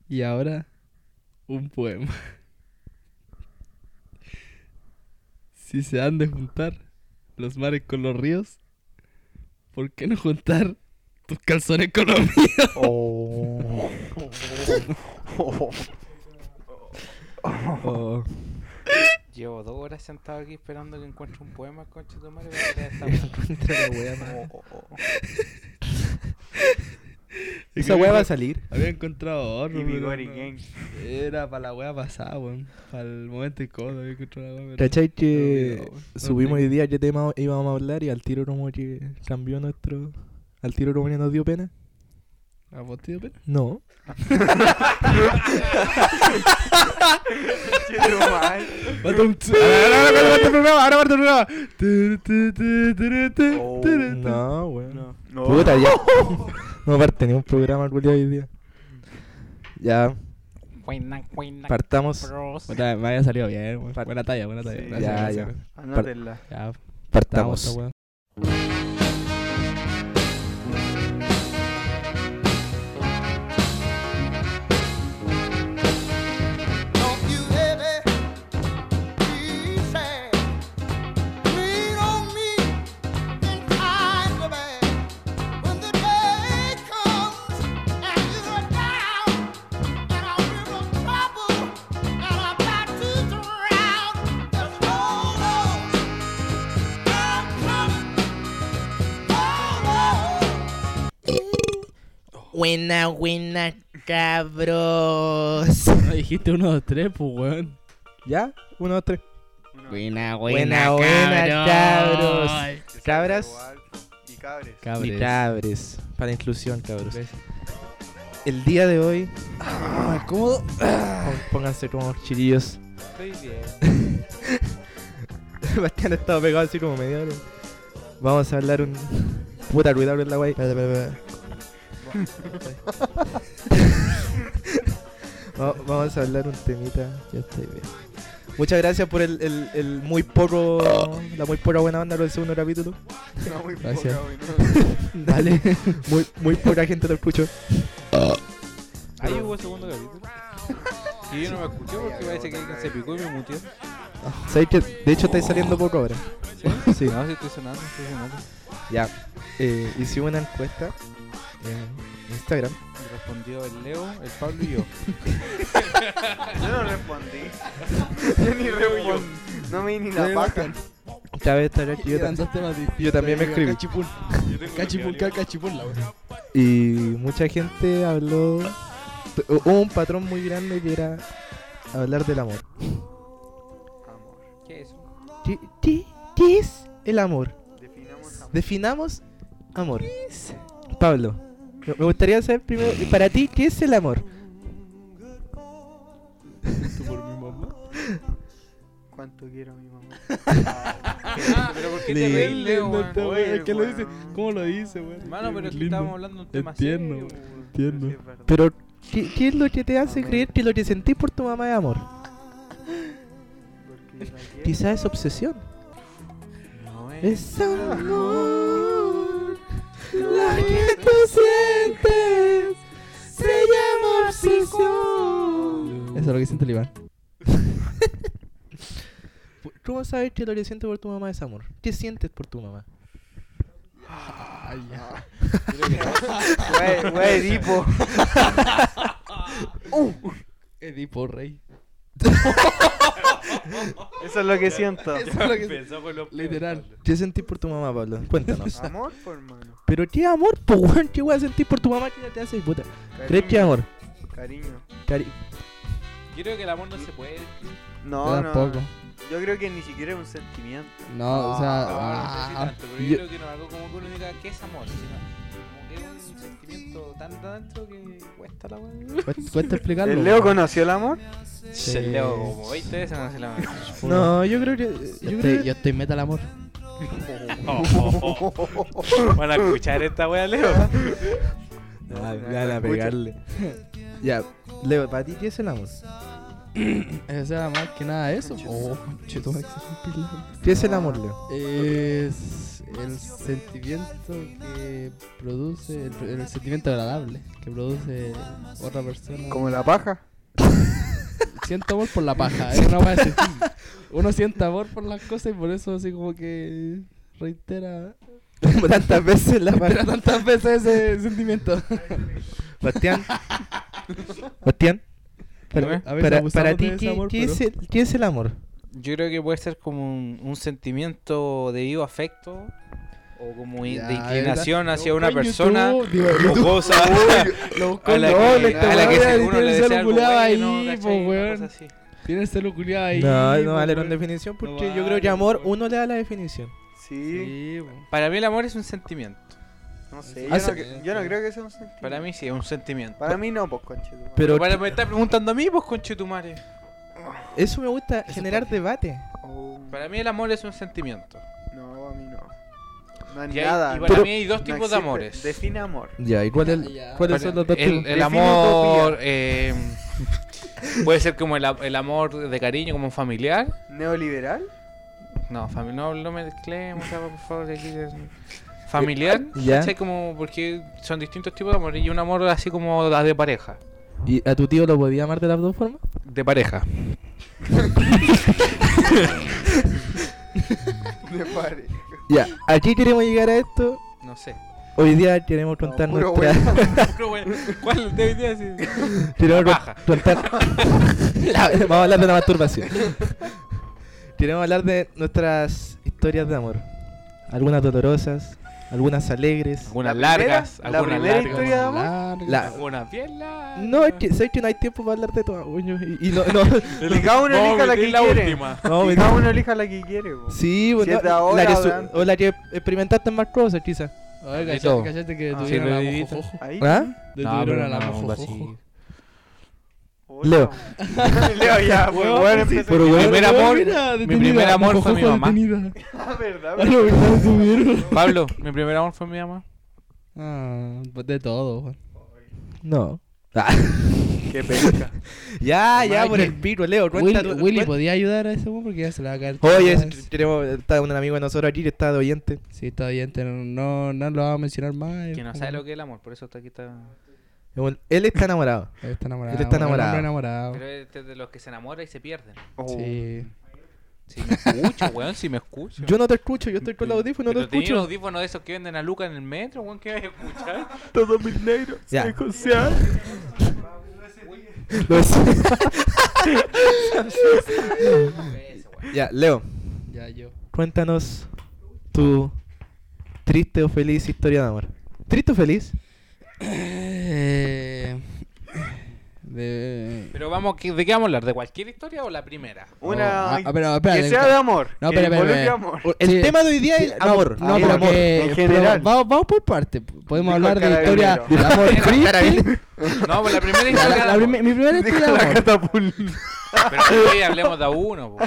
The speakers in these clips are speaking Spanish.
Y ahora, un poema. Si se han de juntar los mares con los ríos, ¿por qué no juntar tus calzones con los míos? Oh. Oh. Llevo 2 horas sentado aquí esperando que encuentre un poema, concha tu madre, pero ya está. Encuentra la wea, man. Es Esa que wea va a salir. Había encontrado otro, Y pero Bigori no. Gang. Era para la wea pasada, weón. Para el momento incómodo había encontrado la wea. pero- ¿Cachai que me olvidó, weón. subimos No hoy día qué tema íbamos a hablar y al tiro como que cambió nuestro... ¿Al tiro como que nos dio pena? ¿A vos te dio pena? No. Chido mal. Ahora parte el programa. No, weón. No. Puta, ya. No parte ni un programa culiao hoy día. Ya, Buena, partamos. bros. Puta, me había salido bien, weón. Par- Buena talla, buena talla. Sí, Gracias, ya, gracias, ya. weón. Anótenla. Ya, Partamos. esta weá. Don't you ever be sad. Lean on me in times of bad. When the day comes and you're down and I'm in trouble and I'm about to drown, just hold on. I'm coming. Hold on. Buena, cabros. No, dijiste 1, 2, 3, pues, weón. ¿Ya? 1, 2, 3. Buena, Buena, cabros. Cabras. Y cabres. Cabres. Y cabres. Para la inclusión, cabros. El día de hoy... ¿Cómo? Pónganse como chirillos. Estoy bien. Bastián ha estado pegado así como media hora. Vamos a hablar un... Puta, cuidado en la guay. Espérate. Vamos a hablar un temita. Ya estoy bien. Muchas gracias por el muy poco... La muy poca buena banda del segundo capítulo. No, muy Gracias. poca, güey, no. Dale. Muy poca gente lo escuchó. Ahí hubo segundo capítulo. Y yo no me escuché porque parece que alguien se picó y me muteó. ¿Sabes que de hecho estáis saliendo poco ahora? ¿Sí? Sí. No, sí estoy sonando. Ya. Hicimos una encuesta en Instagram. Me respondió el Leo, el Pablo y yo. Yo no respondí. Yo ni respondí. No me di ni la paja. Cada vez estaré aquí. Eran dos temas distintos. yo también me escribí. Cachipún. Cachipún, la weón. Y mucha gente habló. Hubo un patrón muy grande que era hablar del amor. Amor. ¿Qué es eso? ¿Qué es el amor? Definamos amor. Definamos amor. Pablo, me gustaría saber primero, para ti, ¿qué es el amor? Esto por mi mamá. ¿Cuánto quiero a mi mamá? Pero ¿por qué te reís, Leo, Lindo weón? esta Oye, weá, es que lo dice. weón. ¿Cómo lo dice, weón? Hermano, pero es que Lindo. estábamos hablando de un tema Entiendo, serio, weón. weón. Entiendo. Sí, es verdad. Pero, ¿qué es lo que te hace creer que lo que sentís por tu mamá es amor? Porque la quiero. Quizás es obsesión. No Es amor. La que tú sientes se llama obsesión. Eso es lo que siente el Iván. ¿Cómo sabes que lo que sientes por tu mamá es amor? ¿Qué sientes por tu mamá? Ay, ya. Güey, Edipo. Edipo Rey. Eso es lo que siento. Eso es lo que Pensó con los literal. ¿Qué sentís por tu mamá, Pablo? Cuéntanos. Amor, por hermano. ¿Pero qué amor, po, weón? ¿Qué voy a sentir por tu mamá que ya te hace puta? ¿Crees que amor? Cariño. Yo creo que el amor no se puede. No, Yo no. tampoco. Yo creo que ni siquiera es un sentimiento. No, o sea. No, no sé si tanto, pero yo yo- creo que no es algo como que uno diga que es amor, sino como que es un sentimiento tan adentro que cuesta la weá. Cuesta explicarlo. ¿El Leo conoció el amor? Sí. El Leo como 20 veces no se la mano. No, yo creo que... Yo estoy meta al amor. ¿Van a escuchar esta wea, Leo? Van a pegarle. Ya, Leo, ¿para ti qué es el amor? O sea, más que nada eso. Oh, cheto, ¿Qué es el amor, Leo? Es el sentimiento que produce, el sentimiento agradable que produce otra persona. Como la paja. Siento amor por la paja, es una wea así. Uno siente amor por las cosas y por eso así como que reitera Tantas veces la reitera tantas veces ese sentimiento. Bastián. Bastián. Para, A veces abusamos para de ti, ese amor, ¿qué pero- qué es el amor? Yo creo que puede ser como un sentimiento de vivo afecto o como Ya, de inclinación ¿verdad? hacia Lo una busco en persona YouTube, digo, o YouTube. cosa Lo busco a en la LOL, que, esta a la que weá, se- y uno tiene le el desea celu algo culiao bueno, ahí, ¿cachai? po, Una weón. cosa así. Tiene el celu culiao ahí. No, po, no vale una weón. definición porque No yo creo vale, que amor po. uno le da la definición. Sí. Sí, po. Para mí el amor es un sentimiento. No sé, Ah, yo no, sí. yo no creo que sea un sentimiento. Para mí sí, es un sentimiento. Para mí no, pues, conchetumare. Pero Para me estás preguntando a mí, pues conchetumare. eso me gusta, generar debate. Oh, Para mí el amor es un sentimiento. no, a mí no. No es Y, hay- nada. y para Pero- mí hay dos no tipos de existe. amores. Define amor. Ya, ¿y cuáles Para- son los dos el, tipos? el Define amor puede ser como el amor de cariño, como un familiar. ¿Neoliberal? No, no mezclemos, por favor. Aquí familiar, Ya. ¿cachai? Como porque son distintos tipos de amor y un amor así como de pareja. ¿Y a tu tío lo podía amar de las dos formas? De pareja. Me parece. Ya, aquí queremos llegar a esto. No sé. Hoy día queremos contar puro nuestra... ¿Cuál de hoy día? Sí. Queremos La paja. contar... Vamos a hablar de la masturbación. Queremos hablar de nuestras historias de amor. Algunas dolorosas, algunas alegres. Algunas ¿La primera? largas, ¿La algunas primera largas. historia de amor? La- Algunas bien largas. No, es que sabes que no hay tiempo para hablar de todo, coño. Y no, no. Que cada uno Vamos a elija la que meter la quiere. última. No, Que me- cada uno elija la que quiere, po. Sí, bueno, Si es de ahora la que o de antes. o la que experimentaste más cosas, quizás. Oye, De todo. cachate que Ah, detuvieron sí, a la Redito. mojojojo. Ahí. ¿Ah? Detuvieron a la no, mojojojo. así. Hola. Leo. Leo ya, pues Weón, bueno, sí, empecé. pero Mi weón, primer Weón, amor, mira, mi detenida, primer amor fue mi mojojojo mamá. detenida. Ah, verdad, Ah, no, ¿verdad? Detuvieron. Pablo, mi primer amor fue mi mamá. Ah, pues de todo, weón. No. Ah. Qué pesca. Ya, ya, Mamá, por que- el pico, Leo. Cuenta tu- Willy, cuenta- ¿podía ayudar a ese weón? Porque ya se le va a caer. Oye, todo. tenemos, está un amigo de nosotros aquí que está de oyente. Sí, está bien, no lo vamos a mencionar más. Que no sabe lo que es el amor, por eso está aquí. Él está enamorado. Él está enamorado. Él está un enamorado. hombre enamorado. Pero este es de los que se enamoran y se pierden. Oh. Sí. Si me escucho, weón, si me escucho. Yo no te escucho, yo estoy con los audífonos, no Pero te tenía un escucho. audífono de esos que venden a Luca en el metro, weón, ¿qué vas a escuchar? Todos mis negros. Ya. Soy social. Ya, Leo, Ya, yo. cuéntanos tu triste o feliz historia de amor. ¿Triste o feliz? Pero vamos, ¿de qué vamos a hablar? ¿De cualquier historia o la primera? Una pero espérate. que sea de amor. No, que espera, involucre espera. amor. El Sí. tema de hoy día es amor. No, el pero amor, que. en general. pero vamos por parte. Podemos Dijo hablar el de historia carabinero. de amor triste. No, pues la primera Ya, historia. de amor. mi primera Dijo historia de la amor. catapulta. Pero sí, hablemos de a uno, po.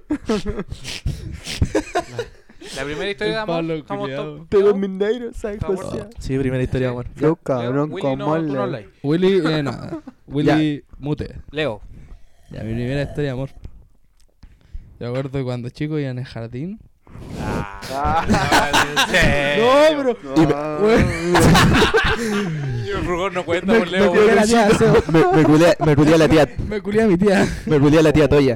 La primera historia de amor. Pablo Estamos culiao. Todos mis negros soy Estamos- social. Sí, primera historia de amor. Yo cabrón Willy, como no, tú no Leo. hablas. Willy, nada. Willy, mute. Leo. Ya, mi primera historia de amor. Yo me acuerdo cuando chico iba en el jardín. Ah. No, bro. Y el rugor no cuenta Me por Leo. culé a la tía Seo. Me culé a la tía. Me culé a mi tía. Me culé a la tía Toya.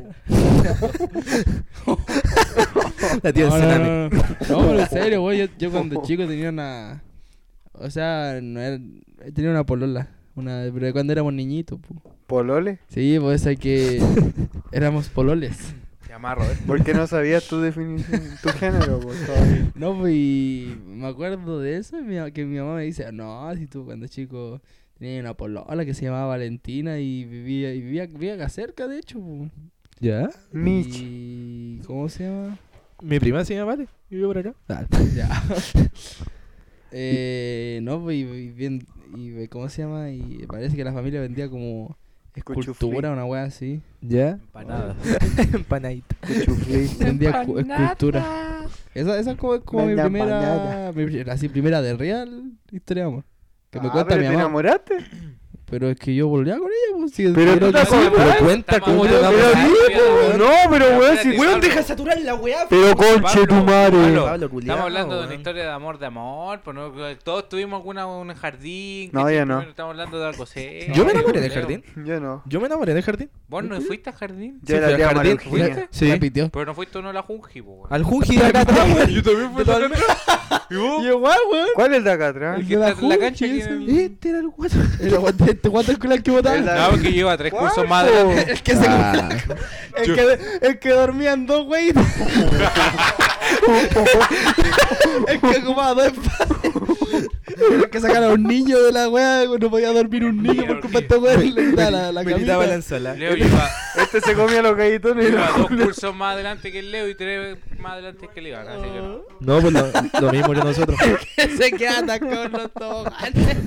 La tía del Sename. No, pero en serio, güey. Yo cuando chico tenía una. O sea, no era. Tenía una polola. Pero cuando éramos niñitos, pu. ¿Polole? Sí, pues hay que. Éramos pololes. Se llama Roberto. ¿Por qué no sabías tu definición, tu género? Por favor. No, pues y me acuerdo de eso. Que mi mamá me dice: no, si tú cuando chico tenías una polola que se llamaba Valentina y vivía acá cerca, de hecho, pu. ¿Ya? Mitch. Y. ¿Cómo se llama? Mi prima se llama Vale. Vive por acá. Ya. No, pues y ¿cómo se llama? Y parece que la familia vendía como escultura, Cuchuflí. una wea así. ¿Ya? Empanadas. Empanadita. Cuchuflí. Vendía escultura. Esa es como mi Una primera, así primera de real historia de amor. Que me Ah, cuenta pero mi ¿te mamá. enamoraste? Pero es que yo pololeaba con ella, pues. Sí, Pero tú te acordás. Pero cuenta cómo te Pero vamos a sí, hacer. No, pero weón, si... Weón, deja saturar la weá. Pero conche tu madre. Pablo, culiao, Estamos hablando de una weón. historia de amor, pues no, todos tuvimos alguna en el jardín. No, ¿cachai? ya no. Primero estamos hablando de algo serio. Yo me enamoré del Leo. jardín. Yo no. Yo me enamoré del jardín. ¿Vos no fuiste al jardín? Yo Sí, la fui al tía María jardín. Eugenia. ¿Fuiste? Sí. Repitió. Pero no fuiste uno a la Junji, po, weón. Al Junji de acá atrás, weón. Yo también fui al ¿Y vos? Igual, weón. ¿Cuál es el de acá atrás? El que está en la cancha Junji, que- ese. Este era el guato. El guato, este guato escolar que votaba. El No, porque lleva 3 cursos más ¿Cuál, po? adelante. El que el que dormían dos güey. El que ocupaba dos espacios. El que sacara a un niño de la wea, no podía dormir un niño por culpa de este weón. Le quitaba la Me quitaba la camita. ensalada. Leo lleva Este se comía los galletones y lleva 2 no. cursos más adelante que el Leo y 3 más adelante que el Iván, así que no. No, pues lo mismo que nosotros. Se queda atacado en los toboganes.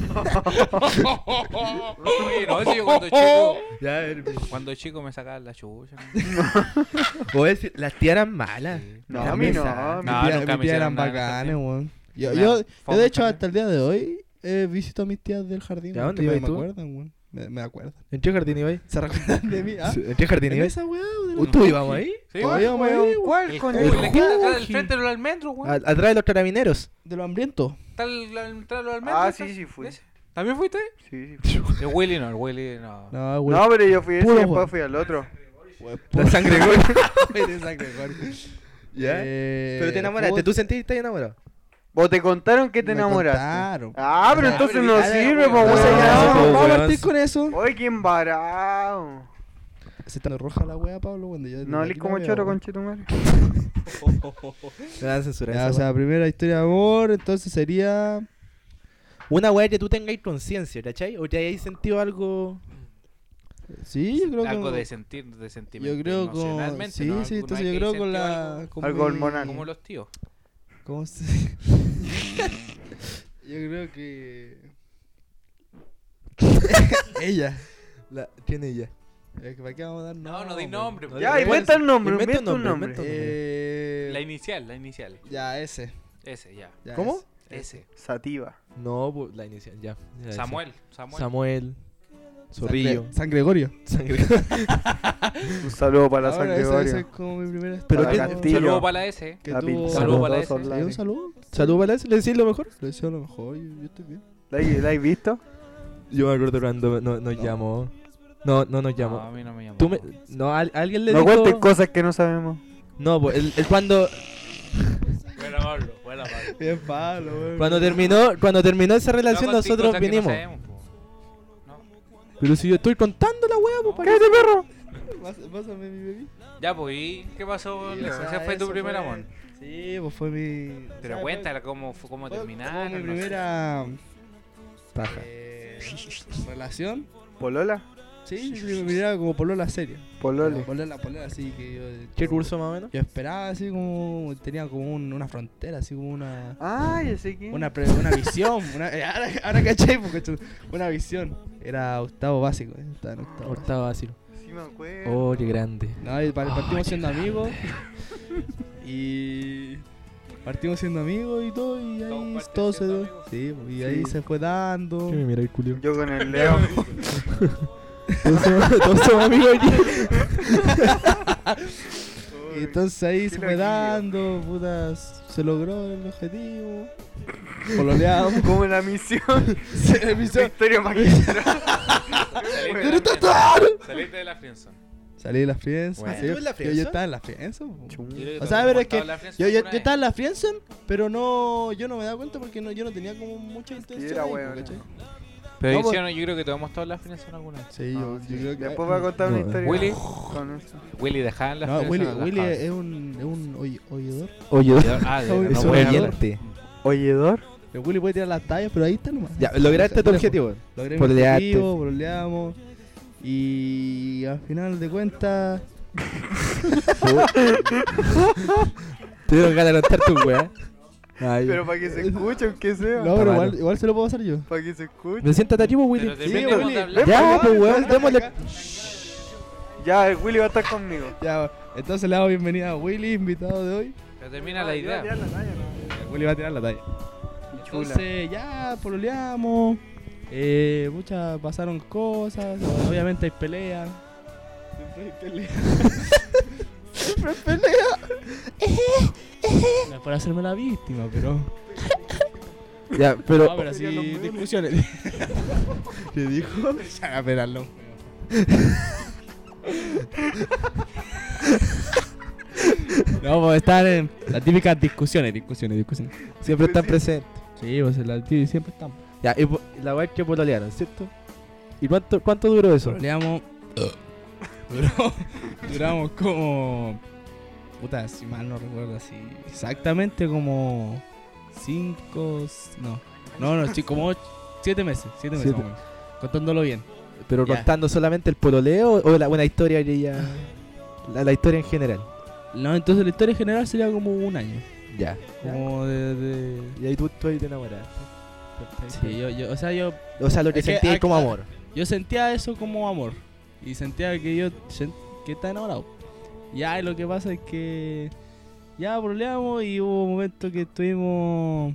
Oye, no, si yo cuando chico me sacaban la chucha. O decir, las tías eran malas. No, a mí no. No, Mi tía- nunca mi me tía hicieron eran nada en el bacanes, jardín. weón. Yo, Ya, yo, yo fome de hecho también. hasta el día de hoy visito a mis tías del jardín. ¿De weón, dónde que ibas me tú? acuerdan, weón. Me acuerdan. ¿En qué jardín ibais? ¿Se recuerdan de mí? ¿Ah? ¿En qué jardín ¿En ibais? esa weá? ¿O de la- ¿Tú ibas ahí? Sí, Todavía weón. vamos ahí, weón. ¿Cuál El con Junji, la que está atrás del Junji. frente de los almendros, weón. Atrás de los carabineros. De los hambrientos. Está atrás de los almendros. Ah, ¿está? sí, sí fui. ¿Ese? ¿También fuiste? Sí, sí. El Willy no, el Willy no. No, weón. No, pero yo fui ese y Puro después weón. fui al otro. La sangre gorda. De sangre, weón. ¿Ya? Pero te enamoraste. puta, ¿Tú sentiste enamorado? ¿O te contaron que te me enamoraste? contaron. Ah, pero Ya, entonces pero no ya, sirve, ya, po, O sea, weón. ya, No, vamos a weón. partir con eso. Oye, qué embarado. Se está roja la wea, Pablo, cuando yo... No hables como choro, conchetumare. Me van a censurar Ya, esa o sea, weá. primera historia de amor, entonces sería... Una weá que tú tengáis conciencia, ¿cachai? O que hayáis sentido algo. Sí, yo creo que... Algo de sentir, de sentimiento. Yo creo con... emocionalmente, Sí, ¿no? sí, ¿Alguna entonces vez yo que creo con sentido la... algo? con Algo mi- hormonal. Como los tíos. ¿Cómo se...? Yo creo que... Ella. ¿Quién es ella? ¿Para qué vamos a dar No, no di nombre. No pues. Ya, Bueno, inventa el nombre, inventa inventa un un nombre, nombre. inventa La inicial, la inicial. Ya, ese. Ese, ya. Ya, ¿Cómo? Ese. Sativa. No, pues la inicial, ya. Ya, Samuel. esa. Samuel. Samuel. ese. Zorrillo. San Gregorio. Sangre. Un saludo para la Ahora, San esa es Gregorio. como mi primera Pero Para ¿qué- Castillo. Saludo para la S. que La tuvo... pinza, Saludo los para dos ese. Sí, solares. un saludo. Salud para eso. ¿Le decís lo mejor? Le deseo lo mejor, yo estoy bien. ¿La has visto? Yo me acuerdo cuando nos llamó. No nos No, llamó. a mí no me llamó. Tú me, no, alguien le No dijo. cuentes cosas que no sabemos. No, pues el cuando Buena Pablo, buena Pablo. Bien, Pablo, weón. cuando terminó esa relación No conté nosotros cosas que no vinimos. sabemos, po. No. Pero si yo estoy contando la wea, pues para ¡Cállate, perro! Pásame mi bebé. Ya, pues, ¿y qué pasó, Sí, Leo? o sea, Ese fue tu eso primer fue- amor. Sí, pues fue mi... Pero o sea, cuéntala cómo fue terminaron. como mi no sé. primera... Paja. relación. ¿Polola? Sí, mi primera como polola seria. Polole. Polola, así que yo... ¿Qué curso más o menos? Yo esperaba así como... Tenía como una frontera, así como una... Ah, ya sé quién. Una visión. Ahora cachai, porque una visión. Era octavo básico. Estaba en octavo básico. Octavo básico. Sí me acuerdo. Oh, qué grande. No, y partimos siendo amigos. Y... Partimos siendo amigos y todo, y Todos ahí parten todo se siendo dio. amigos. Sí, pues, y ahí Sí. se fue dando. ¿Qué me mira el culio? Yo con el Leo. Todos somos amigos aquí. Y entonces ahí qué se fue loquillo. dando, putas, se logró el objetivo. Pololeamos. Como en la misión. Se empezó- Victoria magistral. Saliste de la friendzone. Salí de la friendzone. Bueno. sí, ¿Tú en la yo friendzone? estaba en la friendzone. po. Yo creo que O todos sea, hemos pero es estado que en la friendzone yo alguna estaba en vez. la friendzone, pero no, yo no me daba cuenta porque no, yo no tenía como mucha intención. era ahí, bueno. ¿cachai? Pero No, pues- yo, yo creo que todos hemos estado en la friendzone alguna vez. Sí, yo creo que... Después voy a contar una No. historia. Willy. Con eso. Willy, dejaba en la No, friendzone. Willy o dejaba? es un oidor. Oye, Ah, Es no, es un bueno. oyente. ¿Oyedor? El Willy puede tirar las tallas, pero ahí está nomás. Ya, lograste tu Lejos. objetivo. Logré mi Pololeaste. objetivo, pololeamos. Y al final de cuentas... Tuvieron ganas de contar tu weá. Ay, Pero para que se escuche, aunque sea. No, pero malo. igual se lo puedo pasar yo. Para que se escuche. me siéntate aquí, pues, Willy. Pero depende Willy. de hablar. Ya, pues, weón, démosle. Ya, el Willy va a estar conmigo. Ya, entonces le damos bienvenida a Willy, invitado de hoy. Pero termina la idea. Willy va a tirar la talla. Chula. Entonces ya pololeamos. Muchas pasaron cosas, obviamente hay peleas. Siempre hay peleas. No es por hacerme la víctima, pero. Ya, pero. No, pero así discusiones. ¿Qué dijo? Ya, esperarlo. No, pues estar en las típicas discusiones. Siempre están presentes. Sí, pues en las típicas siempre estamos. Ya, y la weá es que pololearon, ¿cierto? ¿Y cuánto duró eso? Pololeamos. Duramos como. Puta, si mal no recuerdo así. Exactamente como. 5. No, sí, como 7 meses. 7 meses, Siete. más o menos, contándolo bien. ¿Pero Ya. contando solamente el pololeo o una historia que ya. La historia en general? No, entonces la historia general sería como un año. Ya. Como de... Y ahí tú ahí te enamoraste. Sí, o sea, yo O sea, lo que Es que sentí hay- como amor. Yo sentía eso como amor. Y sentía que que estaba enamorado. Ya, y lo que pasa es que ya problemamos y hubo momentos que estuvimos.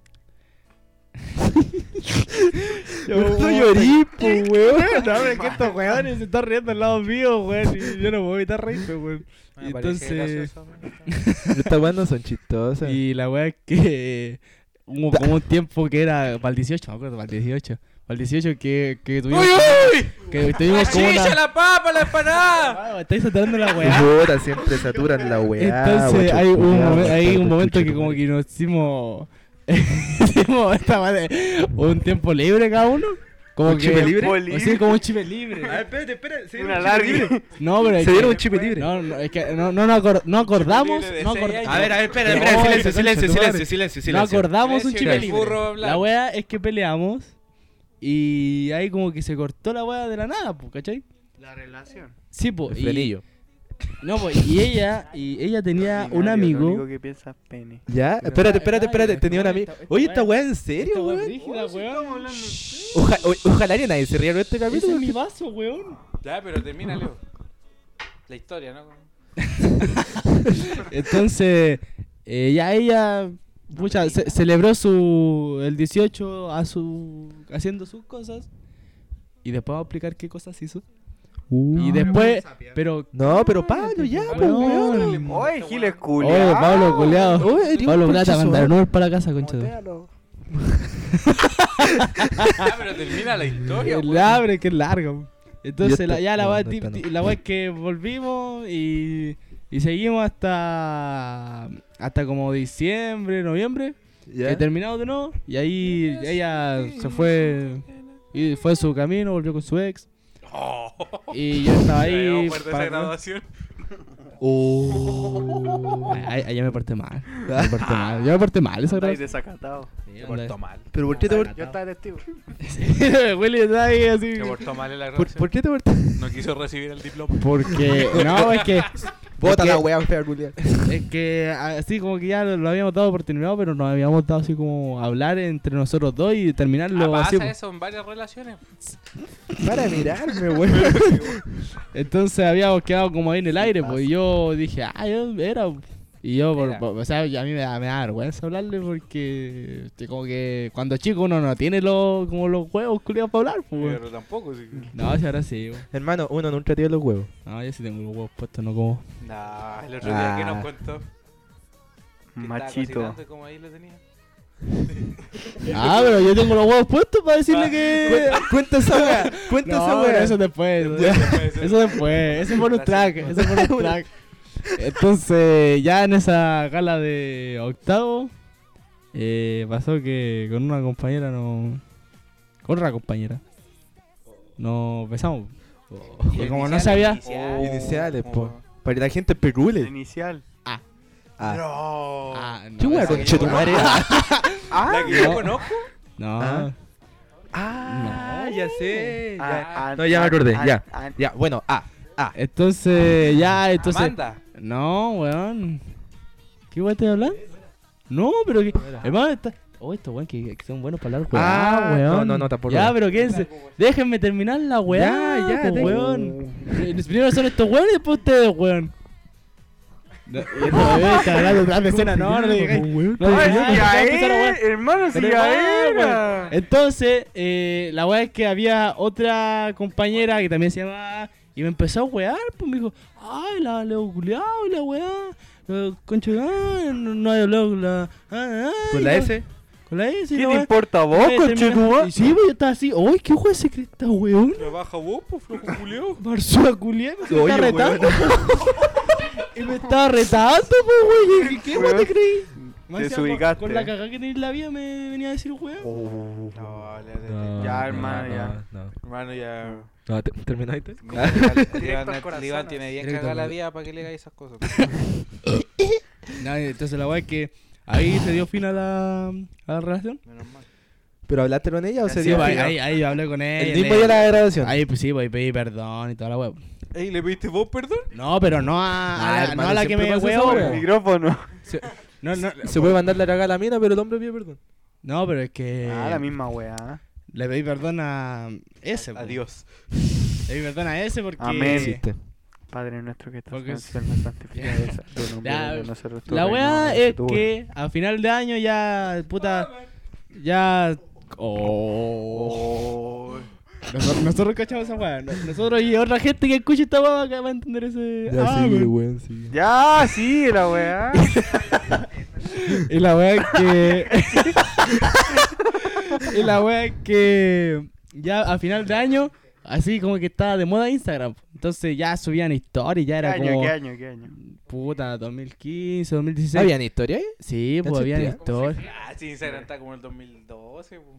No llorí, po, weón. No, pero es que estos weones se están riendo al lado mío, weón. Y yo no puedo evitar reírme, weón. Me parece Entonces- gracioso. Estas weas no son chistosas. Y la weá es que hubo como un tiempo que era para el 18, me acuerdo, para el 18. Para el 18 que tuvimos. Que tuvimos como ¡Chicha, una. la papa, la empanada! Ah, estáis saturando la weá. Puta, siempre saturan la weá. Entonces guacho hay culiao, un momento chucho que tu como madre. que nos hicimos esta madre, un tiempo libre cada uno. Como ¿Un que, chipe libre? O sí, como un chipe libre. espérate. Una larga. No, pero es Se que- dieron un chipe libre. No, es que no acordamos. Libre de No 6 acordamos. años. A ver, espera, No, silencio, concha silencio, tu madre. silencio. No acordamos un Silencio, chipe que el libre. burro va a hablar. La wea es que peleamos y ahí como que se cortó la wea de la nada, pues, ¿cachai? La relación. Sí, pues. El frenillo. No, pues, y ella tenía un Lo amigo. único que piensa es pene. Ya, espérate. Tenía un amigo. Oye, esta weá, ¿en serio, Esta wea weón? brígida, weón. Ojalá que nadie se riera de este Ese capítulo. es mi vaso, weón. Ya, pero termina, Leo. La historia, ¿no? Entonces, ya ella pucha, celebró el 18 haciendo sus cosas. Y después vamos a explicar qué cosas hizo. Y después, pero... No, pero Pablo, ya, pues, weón. Oye, Giles Oye, culiao. Pablo, culiao. Oye, eres Pablo un Plata, conchazo, mandaron Uber para la casa, concha. Ah, pero termina la historia, El weón. abre que es largo. Entonces, Y esta- ya la no, weá no, esta no. la weá es que volvimos y seguimos hasta como diciembre, noviembre. Ya. Que terminamos de nuevo. Y ahí ella se fue. Y fue su camino, volvió con su ex. Oh. Y yo estaba ahí. Ahí esa para- graduación. Ay, ya me porté mal. Me porté mal. Yo me porté mal esa Estáis grabación. desacatados. Se portó mal. Pero ¿por qué te Yo estaba testigo. Willy está ahí así. Se portó mal en la ¿Por graduación. qué te portaste? No quiso recibir el diploma. Porque. No, es que. Bota es la que- weá fea, culiao. Es que así como que ya lo habíamos dado por terminado, pero nos habíamos dado así como hablar entre nosotros dos y terminarlo así. Pasa eso en varias relaciones. Para de mirarme, weón. Entonces habíamos quedado como ahí en el aire, pues y yo dije, yo era. Y yo, Era. o sea, a mí me da vergüenza hablarle porque como que cuando chico uno no tiene como los huevos culiados para hablar, pues. Pero tampoco, sí. No, si ahora sí, weón. Hermano, uno nunca tiene los huevos. No, yo sí tengo los huevos puestos, no como. Nah, el otro día que nos Ah. contó. Que estaba Machito. cocinando y como ahí lo tenía. Ah, pero yo tengo los huevos puestos para decirle que. Cuenta esa weá. Cuenta esa No, pero weá. eso después. Eso después. Eso fue un track. Eso fue un track. Entonces, ya en esa gala de octavo, pasó que con una compañera no. Con otra compañera. Nos besamos. Y como no sabía. Iniciales, po. Para que la gente El pegule. inicial. Ah. No. Ah, no. ¿Qué weá, esa- conchetumare? ¿La que yo no. conozco? No. Ah. Ah, ya sé. Ya. No, No, ya me acordé. Ya. Ya, bueno, Entonces, ya, entonces. Amanda. No, weón. ¿Qué weón estoy hablando? No, pero que. Hermano, está. Oh, estos weón que son buenos para hablar, weón. Ah, weón. no, tampoco. Ya, pero quédense. Déjenme terminar la weá. Ya, po, tengo- weón. Primero son estos weones y después ustedes, weón. Está hablando detrás de escena, no le digáis. No, Ay, no, sí, no, a empezar a él, wear. hermano, sí, Pero a igual, era. Entonces, la weá es que había otra compañera que también se llamaba y me empezó a wear, pues me dijo, ay, la Leo culiao y la weá, concho, no hay hablado con la... ¿Con la S? Con la S, ¿Qué la te weá. importa vos, Oye, conche termina- tu madre? y sí, pues yo estaba así, uy, qué juez secreta, weón. Trabaja vos, pues, flojo culiao. Barzúa culiao, me Oye, estaba retando. Y me estaba retando, pues, güey. ¿Qué weón te creí? Más encima, desubicaste. Con la cagada que tenía en la vida me venía a decir, weón. No, Ya, hermano, ya. No, hermano, ya. no, ¿terminaste? Directo al corazón, Iván tiene bien Directo cagada al la corazón. vida para que le haga esas cosas. No, entonces la weá es que ahí se dio fin a la relación. Menos mal. ¿Pero hablaste con ella o Ya se sí, dio pues, fin? ahí yo hablé con ella. El mismo día de la grabación. Ahí pues sí, pues ahí pedí perdón y toda la weá. Ey, ¿le pediste vos perdón? No, pero no a hermano, no a la que siempre me pasa weó. eso, po. Micrófono. No, Se puede mandar la cagada a la mina, pero el hombre pide perdón. no, pero es que Ah, la misma weá. le pedí perdón a ese. po. Adiós. Le pedí perdón a ese porque Amén. Existe. Padre nuestro que estás Porque en el es- cielo, santificado sea tu nombre, Ya, venga a nosotros tu la reino, weá hágase es tu que a final de año ya, puta, ya... Oh. Nosotros cachamos esa weá. Nosotros y otra gente que escuche esta weá que va a entender ese... weón. weón, sí. Ya, sí, la weá. Y la weá es que... y la weá es que... Ya a final de año, así como que estaba de moda Instagram. Entonces ya subían historias, ya ¿Qué era año, como... qué año, qué año? Puta, 2015, 2016. ¿Habían historia ahí? Sí, pues ¿Ya habían existía? historias. Ah, sí, Instagram está como el 2012, pues.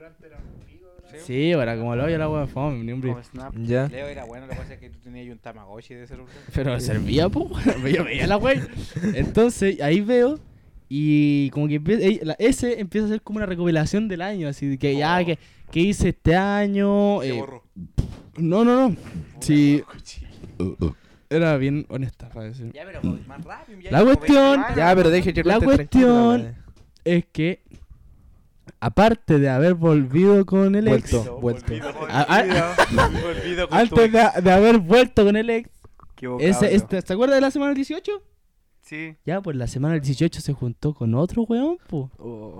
Sí, era como lo oye la weá de fome, ni hombre. Como Snap. Ya. Leo era bueno, lo que pasa es que tú tenías ahí un Tamagotchi de celular. Pero servía, pues. Yo veía la wey. Entonces, ahí veo. Y como que ese empieza a ser como una recopilación del año. Así de que ya, que hice este año. Se borró. No. Sí. Era bien honesta, para decir. Ya, pero más rápido. ya La como cuestión- 20 Ya, pero deje que La cuente tranquilo, cuestión es que, aparte de haber volvido con el ex. Vuelto. Olvido con Antes de haber vuelto con el ex. Equivocado. ¿Se acuerda de la semana del 18? Sí. Ya, pues la semana del 18 se juntó con otro weón, po.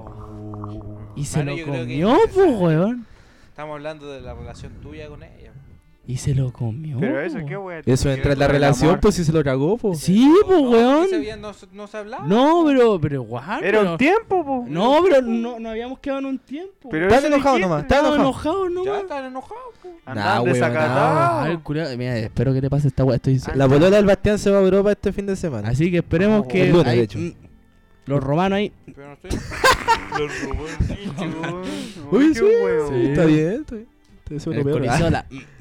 Y se Mano, lo yo creo que comió, es po, necesario. weón. Estamos hablando de la relación tuya con ella. Y se lo comió. Pero eso, po. qué weá. Eso entra en la Con el relación, amor. pues si se lo cagó, pues. Sí, po, No, weón. no se hablaba. No, pero igual. Era pero- un tiempo, po. No, pero no habíamos quedado en un tiempo. Pero Estás eso enojado dijiste. nomás, estás Estaba enojado. enojado Ya nomás. están enojados, pues. Andaban Nah, weón, desacatados. Ay, culiao, mira, espero que te pase esta weá. Estoy... La bolola del Bastián se va a Europa este fin de semana. Así que esperemos Oh, que el lunes, ahí, de hecho. Los romanos ahí. Pero no estoy. Los robó. Uy, sí, qué weón. sí. Está bien, está bien. Te suena El peor. Corizola.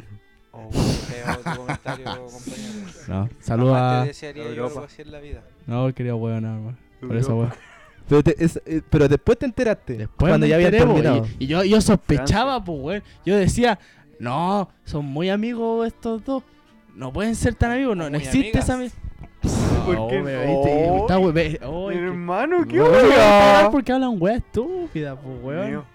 Feo tu comentario, compañero. No, saludos Jamás a... te desearía yo Europa. algo así en la vida. No, quería weón nada más. Por esa weá. Pero después te enteraste. Después cuando me ya habían enteré, po, terminado. y yo sospechaba, pues, weón. Yo decía, no, son muy amigos estos dos. No pueden ser tan amigos, no Muy existe amigas. esa amistad. ¿Por qué no? Está, weón, oh, es que- Hermano, qué no me voy a weá. enterar porque hablan weá estúpida, pues, weón. Mío.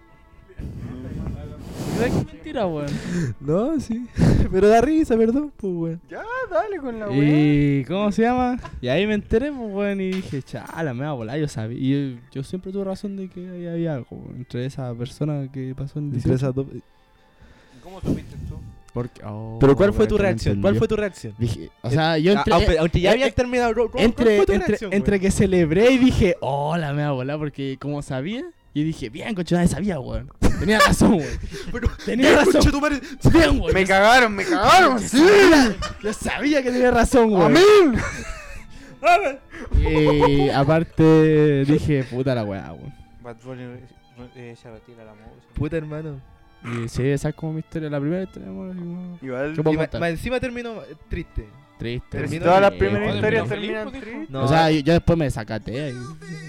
¿Qué mentira, weón? No, sí. Pero da risa, perdón, pues, weón. Ya, dale con la weá. Y, ¿cómo se llama? Y ahí me enteré, pues, weón, y dije, chala, me va a volar, yo sabía. Y yo siempre tuve razón de que ahí había algo entre esa persona que pasó en el Entre 18. esas dos. ¿Cómo supiste tú? Porque, oh, Pero ¿cuál fue tu weón, que no reacción? ¿Cuál entendió. fue tu reacción? Dije, o sea, yo entré, Aunque ya habían terminado. ¿cuál fue tu reacción, entre weón? que celebré y dije, hola, me va a volar, porque como sabía, y dije, bien, coche, nadie sabía, weón. Tenía razón, weón. Tenía razón. Concha tu madre. Bien, weón. Me cagaron, sí. Yo sabía que tenía razón, weón. Amén. Y aparte dije, puta la weá, weón. Bad Bunny se retira la música. Puta, hermano. Y sí, esa es como mi historia, la primera historia de amor, así como Igual. ¿Qué puedo Y contar? más encima terminó triste. triste. Pero si terminó todas las bien. primeras Joder, historias pero terminan feliz, pues, tristes. No, O sea, yo después me desacaté ahí.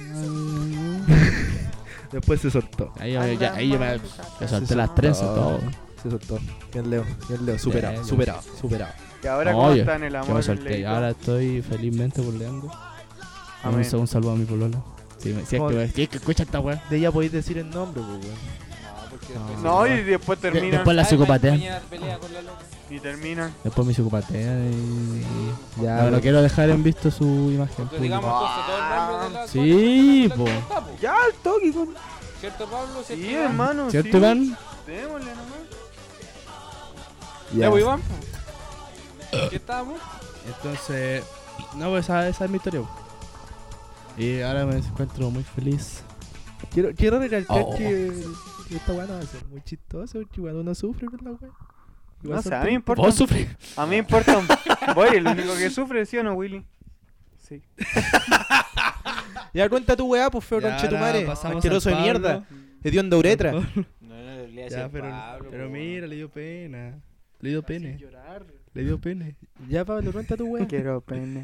después se soltó. Ahí yo me solté las trenzas todo. Se soltó. Bien, Leo. Superado, Bien, superado, superado. Y ahora, No, ¿cómo yo- está en el Yo amor? me solté. Leito? Ahora estoy felizmente burleando. Amén. Un saludo a mi polola. Si es que escucha esta weá. De ella podéis decir el nombre, pues, weón. No, porque No. después No, y después termina. Después la psicopatea. Mañana pelea con la loca. Y terminan. Después me psicopatean y... Ya, No, no pero- quiero dejar en visto su imagen Entonces, digamos pública. entonces todo el nombre de la Sí, de la po. que está, po. Ya, al toque con. ¿Cierto, Pablo? ¿Cierto, Sí, Iván? hermano. ¿Cierto, sí. Iván? Démosle nomás. Ya, pues, Iván. ¿Qué estábamos? Entonces... No, pues esa es mi historia. Y ahora me encuentro muy feliz. Quiero recalcar Oh. que esta weá no va a ser muy chistosa porque cuando uno sufre por la weá. igual No son sé, a mí me importa. ¿Vos sufrís? A mí me importa. Voy, el único que sufre, ¿sí o no, Willy? Sí. Ya cuenta tu weá, pues feo Ya, conche tu ahora madre. pasamos Asqueroso de al mierda. Pablo. Hediondo uretra. No, le Ya, pero mira, le dio pena. Le dio pene. Le dio pene. Ya, Pablo, cuenta tu weá. Quiero pene.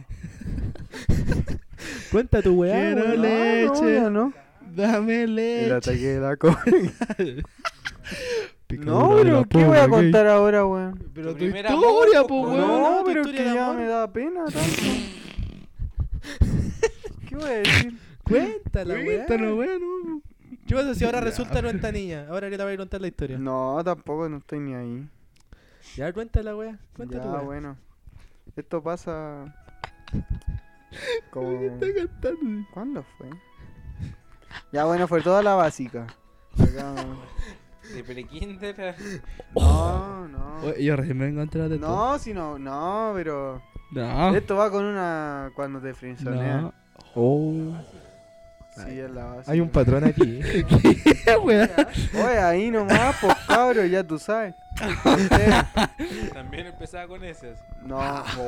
Cuenta tu weá. Quiero weón. leche. No, no. Dame El leche. ataque de la cobra. Picadura No, de la pero ¿qué voy a pobre, contar ahora, weón? Pero Tu tu primer historia, amor, po, po, weón. No, tu pero es historia que de ya amor. me da pena tanto. ¿Qué voy a decir? Cuéntala, weá. Cuéntanos, weón. ¿Qué pasa si ahora Ya. resulta no esta niña? Ahora que te voy a contar la historia. No, tampoco, no estoy ni ahí. Ya, cuéntala, weá. Cuenta tu Ya, weá. bueno. Esto pasa... Como... Está cantando. ¿Cuándo fue? Ya, bueno, fue toda la básica. Acá... De prekinder. No, no. Oye, yo recién me encontré de No, si no, no, pero... No. Esto va con una... Cuando te frenzonean. No. Oh. Sí, es la básica. Hay un patrón aquí. ¿Qué, weón? Oye, ahí nomás, pues cabros, ya tú sabes. También empezaba con ese. así. No,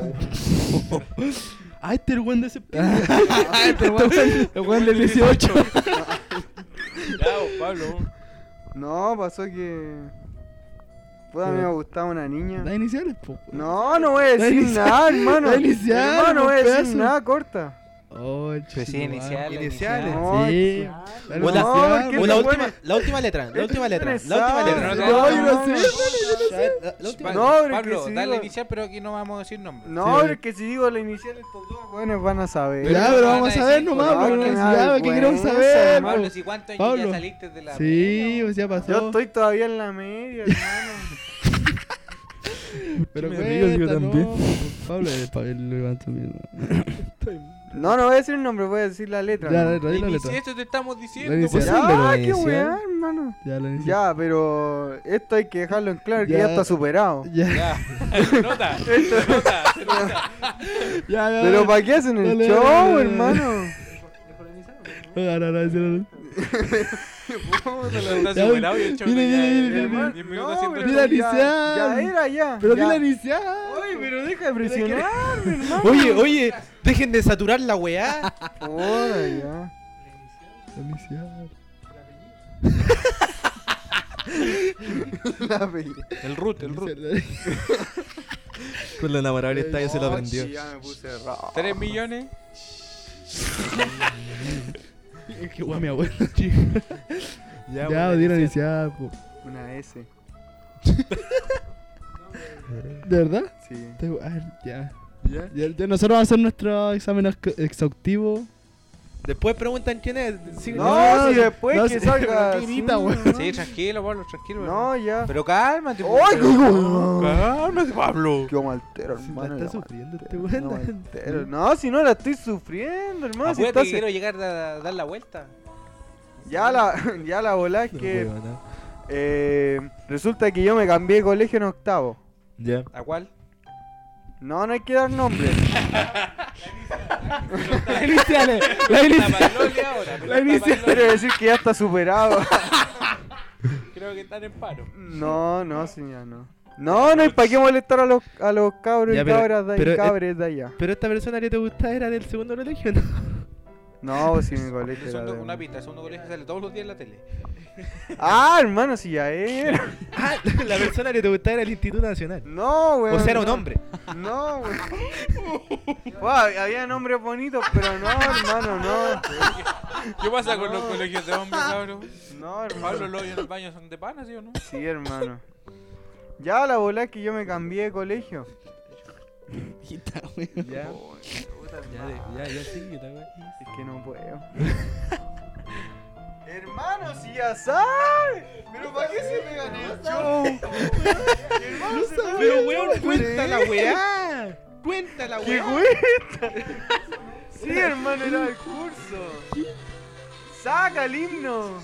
Ah, este es el weón de ese El weón del 18. Ya, vos, Pablo. no, pasó que... Pues a mí me gustaba una niña. Las iniciales, po. No, no voy a decir inicial. nada, hermano. La inicial, Hermano, no voy a pues, decir pedazo. nada, corta. Oh, Pues sí, iniciales. Iniciales. No, Sí. no, La O la- porque O te la pones- última, la última letra. La última letra. Este La última sabe. letra. No, yo no sé. La última No, pero Pablo, que si dale digo- inicial, pero aquí no vamos a decir nombre. No, Sí. pero es que si digo la inicial, estos dos jóvenes van a saber. Ya, no pero van vamos a a ver decir, nomás, por pero favor, no que se nada de sabe, que queremos vergüenza, saber, hermano. Pablo, po. si cuántos años Pablo. ya saliste de la Sí, pues ya pasó. Yo estoy todavía en la media, hermano. Pero me río, yo cuenta, también. no. Pablo, el Iván también. No, no voy a decir el nombre, voy a decir la letra. Ya, ¿no? la letra. Inicia, esto te estamos diciendo. La pues. inicial. Ya, pero la qué inicial. weá, hermano. Ya, la inicial. Ya, pero esto hay que dejarlo en claro que Ya. ya está superado. Ya, Ya, se nota, se nota. ya. Pero ¿para qué hacen el Dale, show, dale, dale. hermano? No. Está Ya, superado y el show mire, ya mire, es mire, Hermano, 10 minutos no, haciendo pero el Mira, show. inicial. Ya era, ya. Pero ya. di la inicial. Oye, pero deja de presionarme, hermano. Oye, dejen de saturar la weá. Hola, ya. La inicial. La pegué. El root, el root. Con la enamorada del estadio se lo aprendió. Sí, ya me puse rojo. 3 millones. Es que guay mi abuelo, chico. Ya, di la inicial, po. Una S. ¿De verdad? Sí. Ya. Ya nosotros vamos a hacer nuestro examen exhaustivo. Después preguntan quién es. Sí, No, si después no, que sí, salga. pero qué grita, así, weón. ¿no? Sí, tranquilo, Pablo, tranquilo. No, ya. Pero cálmate. ¡Ay, qué weón! Cálmate, Pablo. Qué maltero, La hermano. está qué sufriendo este maltero, weón. maltero. No, si no la estoy sufriendo, hermano. Si Acuérdate está que quiero llegar a dar la vuelta. ya la bola es No, que weón, no. resulta que yo me cambié de colegio en octavo. Ya. ¿A cuál? No, no hay que dar nombre. La inicial. La La inicial. Pagloli ahora. La inicial. Quiere decir que ya está superado. Creo que están en paro. No, no, señor, no. No, no hay para qué molestar a los cabros Ya, y pero- cabras de ahí, pero, cabres de allá. Pero esta persona que te gusta era del segundo colegio, ¿no? No, si mi El colegio era segundo, una de... pista, el segundo colegio sale todos los días en la tele. Ah, hermano, si ya era. Ah, la persona que te gustaba era el Instituto Nacional. No, weón. O sea, era un no. hombre. No, weón. Había nombres bonitos, pero no, hermano, no. ¿Qué pasa con los colegios de hombres, cabrón? No, Pablo, hermano. los hoyos en el baño son de pana, ¿sí o no? Sí, hermano. Ya la bola es que yo me cambié de colegio. Ya. Oh, puta, Ya sí, yo también. Es que no puedo. Hermano, si ya sabe. Pero ¿para qué se pegan el show? Hermano, se pegan Pero weón, cuenta la weá. Cuenta la ¿Qué weá. cuesta? Sí, hermano, era del curso. Saca el himno.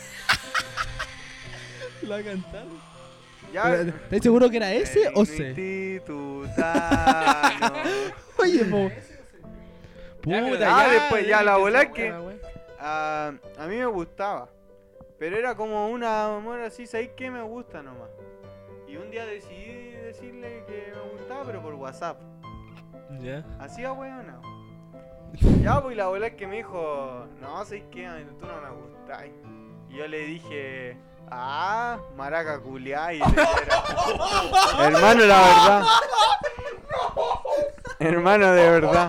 ¿La cantaron? Ya. ¿Estás seguro que era ese o C? Institutano. Oye, po. Ah, después ya la bola es que a mí me gustaba. Pero era como una amor así, ¿sabéis qué me gusta nomás? Y un día decidí decirle que me gustaba, pero por WhatsApp. Ya. Así a weón. Ya, pues y la bola es que me dijo, no, ¿sabéis qué? Tú no me gustáis. Y yo le dije, maraca culiá. Y le dije, hermano, la verdad. Hermano, de verdad.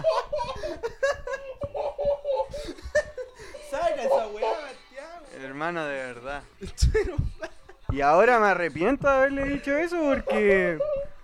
Saca esa weá, Hermano, de verdad. Y ahora me arrepiento de haberle dicho eso porque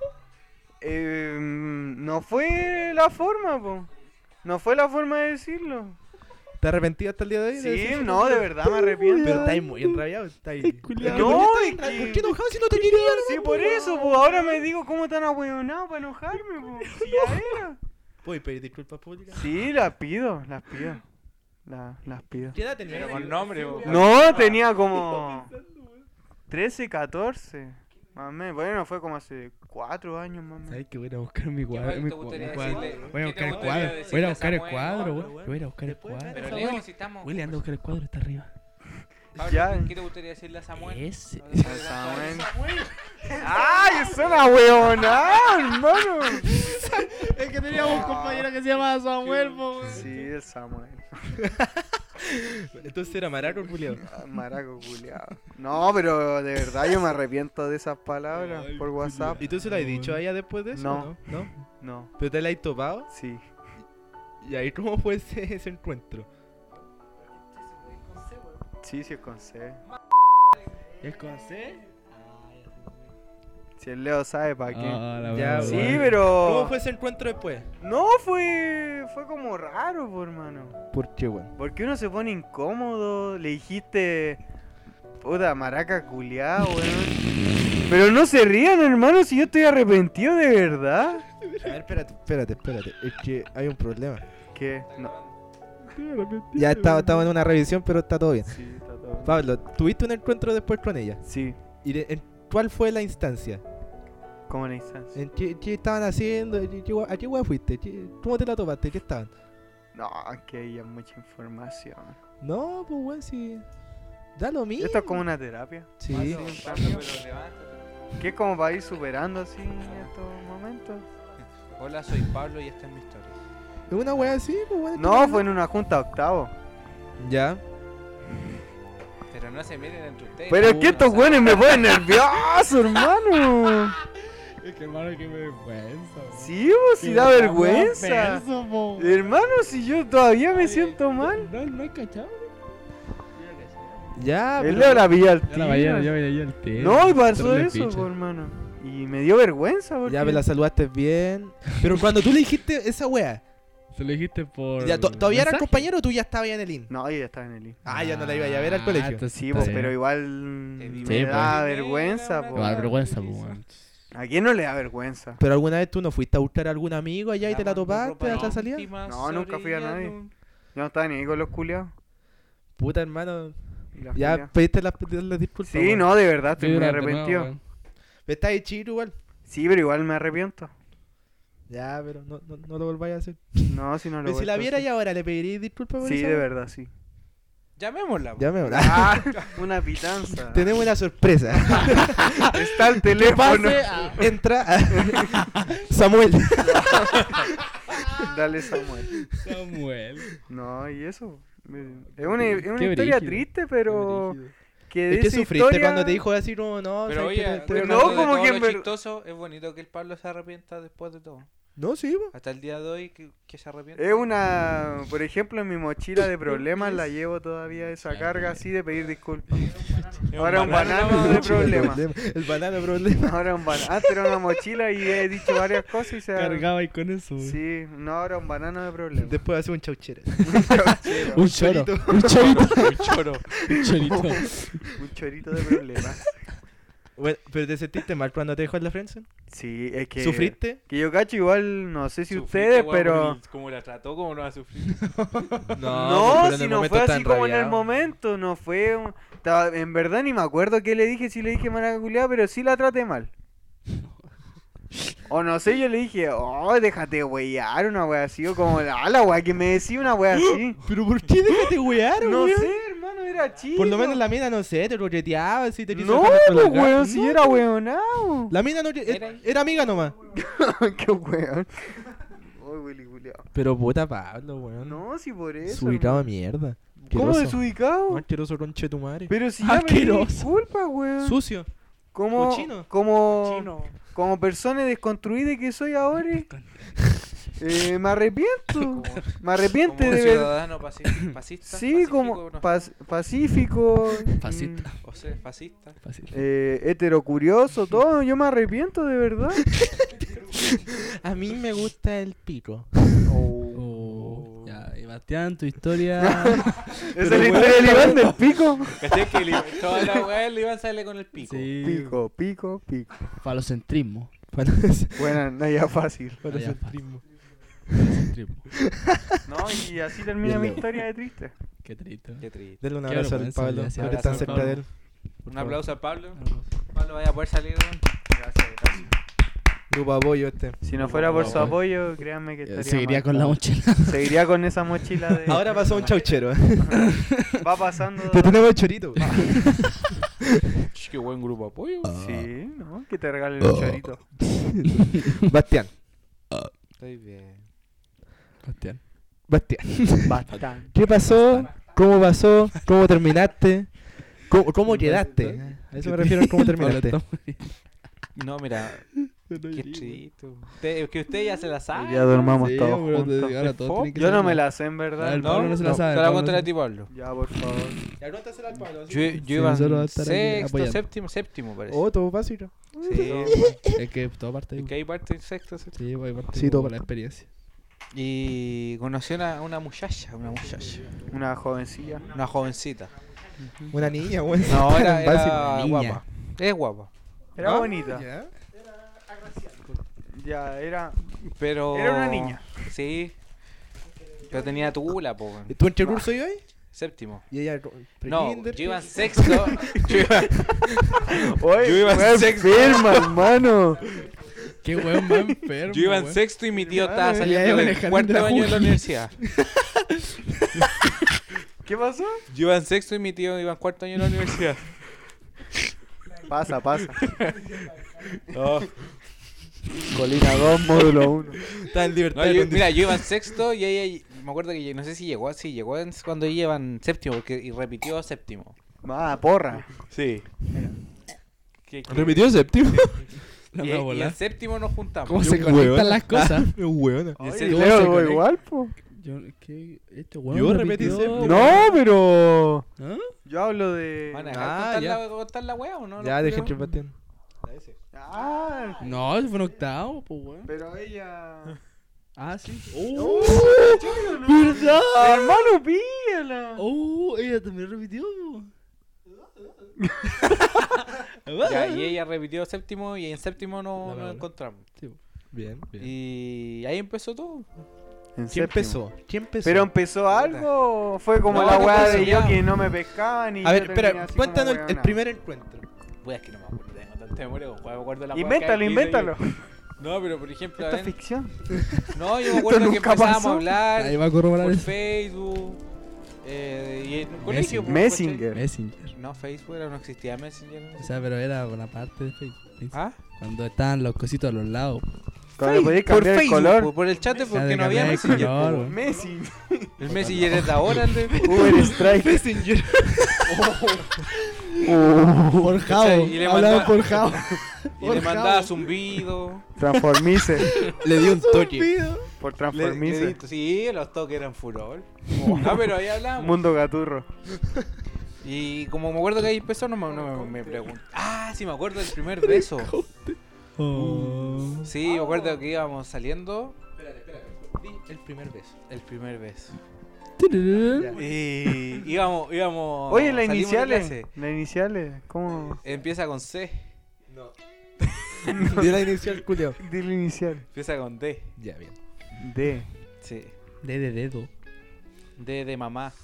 no fue la forma, po. No fue la forma de decirlo. ¿Te arrepentido hasta el día de hoy? Sí, no, de verdad me arrepiento. Pero estáis muy enrabiado. Estáis... No, ¿Por qué enojado si no te quería? Sí, por eso, pues ahora me digo cómo tan ahueonado para enojarme, pues. Si ya era. ¿Puedes pedir disculpas públicas? Sí, las pido. Las pido. ¿Qué edad tenías? Pero con nombre, po. No, tenía como 13, 14. Más o menos. Bueno, fue como hace 4 años más o menos. ¿Sabes que voy a ir a buscar mi ¿Qué cuadro? más Mi te gustaría cuadro. decirle? Voy a ¿Qué te buscar el gustaría cuadro. decirle Voy a a buscar el Samuel? cuadro, Weón. Voy a ir a buscar el Después, cuadro. Pero esa Leo, weá. si estamos. Willy, anda a buscar el cuadro, está arriba. Pablo, Ya. ¿qué te gustaría decirle a Samuel? Ese. Samuel. ¡Ay, es una weonada, hermano! Es que teníamos un compañero que se llamaba Samuel, po. Sí, el Samuel. Entonces era maraco el culiao. Maraco culiado. No, pero de verdad yo me arrepiento de esas palabras por WhatsApp. ¿Y tú se lo has dicho a ella después de eso? No. ¿No? No, ¿Pero te la has topado? sí. ¿Y ahí cómo fue ese encuentro? Sí, es con C. ¿Es con C? Si el Leo sabe para qué. Ya, Sí, bueno. pero. ¿Cómo fue ese encuentro después? No, fue como raro, por hermano. ¿Por qué, weón? Porque uno se pone incómodo. Le dijiste. Puta, maraca culiada, weón. Pero no se rían, hermano, si yo estoy arrepentido de verdad. A ver, espérate. Es que hay un problema. ¿Qué? No. Ya estamos en una revisión, pero está todo bien. Sí, está todo. Pablo, ¿tuviste un encuentro después con ella? Sí, ¿Cuál fue la instancia? como en la instancia. ¿En qué estaban haciendo? ¿A qué weá fuiste? ¿Cómo te la topaste? ¿Qué estaban? No, que hay mucha información. No, pues weón, sí. Da lo mismo. Esto es como una terapia. Sí. Pablo, pero levántate. Que es como para ir superando así estos momentos. Hola, soy Pablo y esta es mi historia. ¿Es una weá así? Pues weón. No, fue en una junta octavo. Ya. Pero no se miren entre ustedes. Pero es que estos güeyes me ponen nervioso, hermano. Es que hermano, qué vergüenza. Sí, vos, si da vergüenza. Hermano, si yo todavía me siento mal. No hay cachado. Ya, Él le la pilla al Ya la mañana, tiro. yo el tío. No, y pasó Hacerle eso, picha. po, hermano. Y me dio vergüenza porque... Ya me la saludaste bien. Pero cuando tú le dijiste esa weá, Se lo dijiste por. ya, ¿todavía eras mensaje? compañero o tú ya estabas ya en el IN? No, yo ya estaba en el I. Ah, ya no la iba a ver al colegio. entonces Sí, está pues, bien. pero igual Te vi me Sí, da pues. vergüenza, po. Igual vergüenza, pues, weón. ¿A quién no le da vergüenza? Pero alguna vez tú no fuiste a buscar a algún amigo allá y te la Lavando topaste ropa a la salida. íntima, No, nunca fui a orillando nadie. un- Yo no estaba ni ahí con los culiados. Puta, hermano. y las Ya culiadas. pediste las disculpas. Sí, weón. no, de verdad, estoy Sí, muy durante, no, arrepentido. weón. Está ahí chido igual. Sí, pero igual me arrepiento. Ya, pero no lo volváis a hacer. No, si no lo Pero si vuelvo la a viera hacer. y ahora, ¿le pediríais disculpas por Sí, eso? de verdad, sí. Llamémosla. Ya me Ah, una pitanza. Tenemos una sorpresa. Está el teléfono. Pase a- Entra Samuel. Dale, Samuel. Samuel. No, y eso. Es una historia brígido. triste, pero. Que de Es que esa sufriste historia- cuando te dijo así, no, Pero ¿sabes qué? oye, pero hablando no, de como todo que lo en ver- chistoso, es bonito que el Pablo se arrepienta después de todo. No, sí, po. Hasta el día de hoy que se arrepiente. Es una. Por ejemplo, en mi mochila de problemas la llevo todavía esa carga así de pedir disculpas. Ahora un banano de problemas. El banano de problema. Ahora un banano. Antes era una mochila y he dicho varias cosas y se. Cargaba ahí con eso. weón. Sí, no, ahora un banano de problemas. Después hace un chauchera. Un choro. chorito. Un chorito. Un choro. Un chorito. Un chorito de problemas. Bueno, pero te sentiste mal cuando te dejó en la friendzone. Sí, es que... ¿Sufriste? Que yo cacho igual, no sé si Sufriste, ustedes, weón, pero... Como la trató, como no va a sufrir. No, pero en si el no momento fue está así como en el enrabiado. momento, no fue... En verdad ni me acuerdo qué le dije, si le dije maraca culiao, pero sí la traté mal. O no sé, yo le dije, oh, déjate weyar, una wea así, o como, la wea que me decía una wea así. ¿Pero por qué déjate wear, No weón? sé, hermano, era chido. Por lo menos la mina, no sé, te rocheteaba, así te quiso No, dejar con pues las ganas. weón, si No, era weonao. La mina no era amiga nomás. Qué weón. Uy, Willy culiao. Pero puta Pablo, weón. No, si por eso. Desubicado de hermano. mierda. ¿Cómo Asqueroso. desubicado? Asqueroso conche tu madre. Pero si ya me di Asqueroso. disculpa, weón. Sucio. Como, cochino. como persona desconstruida que soy ahora, me arrepiento. Me arrepiento Como un de verdad. ciudadano pacista. Sí, como no, pacífico, Fascista. o sea, fascista. Fácil. heterocurioso, todo. Yo me arrepiento de verdad. A mí me gusta el pico. Oh. Ya, y Bastián, tu historia. ¿Esa es la historia del Iván del pico? ¿Cachai que toda la weá le iban a salir con el pico? Sí. Pico, pico, pico. Falocentrismo. Buena, no ya fácil. Falocentrismo. No, y así termina mi historia de triste. Qué triste. Qué triste. Denle un Qué abrazo al vergüenza, Pablo. ya, sí, Ahora están abrazo al cerca de él. Un aplauso a Pablo. Pablo, vaya a poder salir, weón. Gracias, gracias. Grupo apoyo este. Si no fuera por su apoyo, créanme que estaría Seguiría mal. con la mochila. Seguiría con esa mochila de... Ahora pasó un chauchero. Va pasando... Te tenemos el chorito. Qué buen grupo de apoyo. Sí, ¿no? Que te regalen los choritos. Bastián. Estoy bien. Bastián. Bastián. Bastante. ¿Qué pasó? ¿Cómo pasó? ¿Cómo terminaste? ¿Cómo quedaste? A eso me refiero a cómo terminaste. No, mira. Qué chito. Es que usted ya se la sabe. Ya dormamos Sí, todos pero juntos. ahora todos tienen que Yo no saber. me la sé en A verdad. ver, No, Pablo no se la sabe, Te la Pablo contaré no a ti, Pablo. Ya, por favor. Yo iba nosotros vamos a en estar aquí sexto, apoyando. séptimo, parece. Oh, todo fácil. Sí, Es que todo parte es de que hay parte en sexto, séptimo. Sí, voy parte Sí, todo por la parte. experiencia. Y conocí a una muchacha, Una jovencilla. una jovencita. Una niña, weón. No, era Niña. guapa. Es guapa. Era Ah, bonita. ya. Ya, era... Pero. Era una niña. Sí. Pero tenía tula, po. weón. ¿Tú en qué curso ibas? Séptimo. Y ella No, pre-kinder, yo iba en ¿qué? sexto. yo iba- Oye, Yo iba en fue sexto. enferma, hermano. Qué weón más enfermo. Yo iba en weón. sexto y mi tío estaba ya saliendo iba en el del jardín cuarto de la año de la Juji. universidad. ¿Qué pasó? Yo iba en sexto y mi tío iba en cuarto año de la universidad. Pasa, pasa. No, Colina 2, módulo 1. Está en libertad. no, de mira, yo iba en sexto y ella, me acuerdo que no sé si llegó, cuando ella iba en séptimo y repitió séptimo. Ah, porra. Sí. ¿Repitió séptimo? La Y, voy a y volar. en séptimo nos juntamos. ¿Cómo se conectan las cosas? Es hueona. Y en Oye, séptimo- Leo, se voy conecta. igual, po. Yo, ¿qué? Este weón Yo repetí repitió. séptimo. No, pero... ¿Ah? Yo hablo de... ¿Van a Ah, dejar ya. contar la wea o no? Ya, No, dejen creo. que Bastián. Ah, No, ese fue en octavo, pues weón. pero ella... Ah, sí. ¡Oh! ¿Verdad? Hermano, píllala. Oh, ella también repitió. Ya, y ella repitió séptimo y en séptimo La nos Paola. encontramos. Bien, bien. Y ahí empezó todo. En ¿Quién séptimo. empezó? ¿Quién empezó? ¿Pero empezó algo? ¿Fue como No, la no weá de empezó yo ya. que no me pescaban y A yo ver, terminé espera, así cuéntanos como el weonao? primer encuentro. Pues es que no me acuerdo, tengo tanta memoria, como me acuerdo de la Invéntalo, invéntalo. No, pero por ejemplo, Esto es ven- ficción. no, yo me acuerdo que nunca empezábamos pasó. a hablar Ahí va a corroborar por eso. Facebook y en el colegio. pues, Messenger. Messenger. ¿cachai? No, Facebook no existía Messenger. O sea, pero era una parte de Facebook. ¿Ah? Cuando estaban los cositos a los lados. Cuando le podéis Por cambiar el Facebook, color. por el chat, Ya porque de no había cambiar el Messenger. color, po. weón. Messi. El Messenger es de ahora, el de Uber Strike. Messenger. Por Javo. Y le Hablaba mandaba- por Javo. Y le mandaba zumbido. Transformice. Le dio un toque. Por Le Transformice. di- sí, los toques eran furor. No, pero ahí hablábamos. Mundo gaturro. Y como me acuerdo que ahí empezó, no me pregunto. Ah, sí, me acuerdo del primer beso. Oh. Sí, me acuerdo que íbamos saliendo. Di el primer beso. El primer beso. Tururú. Y íbamos. Oye, las salimos de iniciales. clase. Las iniciales. ¿Cómo? Empieza con C. No. Di la inicial, culiao. Dile inicial. Empieza con D. Ya, bien. D. Sí. De dedo. D de mamá.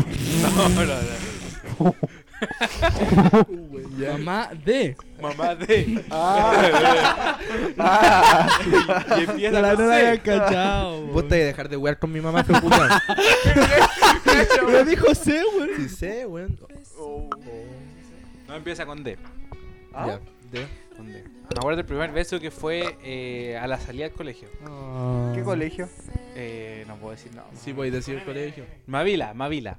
No. Mamá de. Mamá D. Y empieza La con no la C. había cachado. Vos te vas a dejar de jugar con mi mamá, pero culiao. Pero dijo C, weón. Sí sé, weón. No, empieza con D. Ya, de. Con D. Me acuerdo del primer beso que fue a la salida del colegio. ¿Qué colegio? No puedo decir no. Sí, voy a decir el colegio. Mavila. Mavila,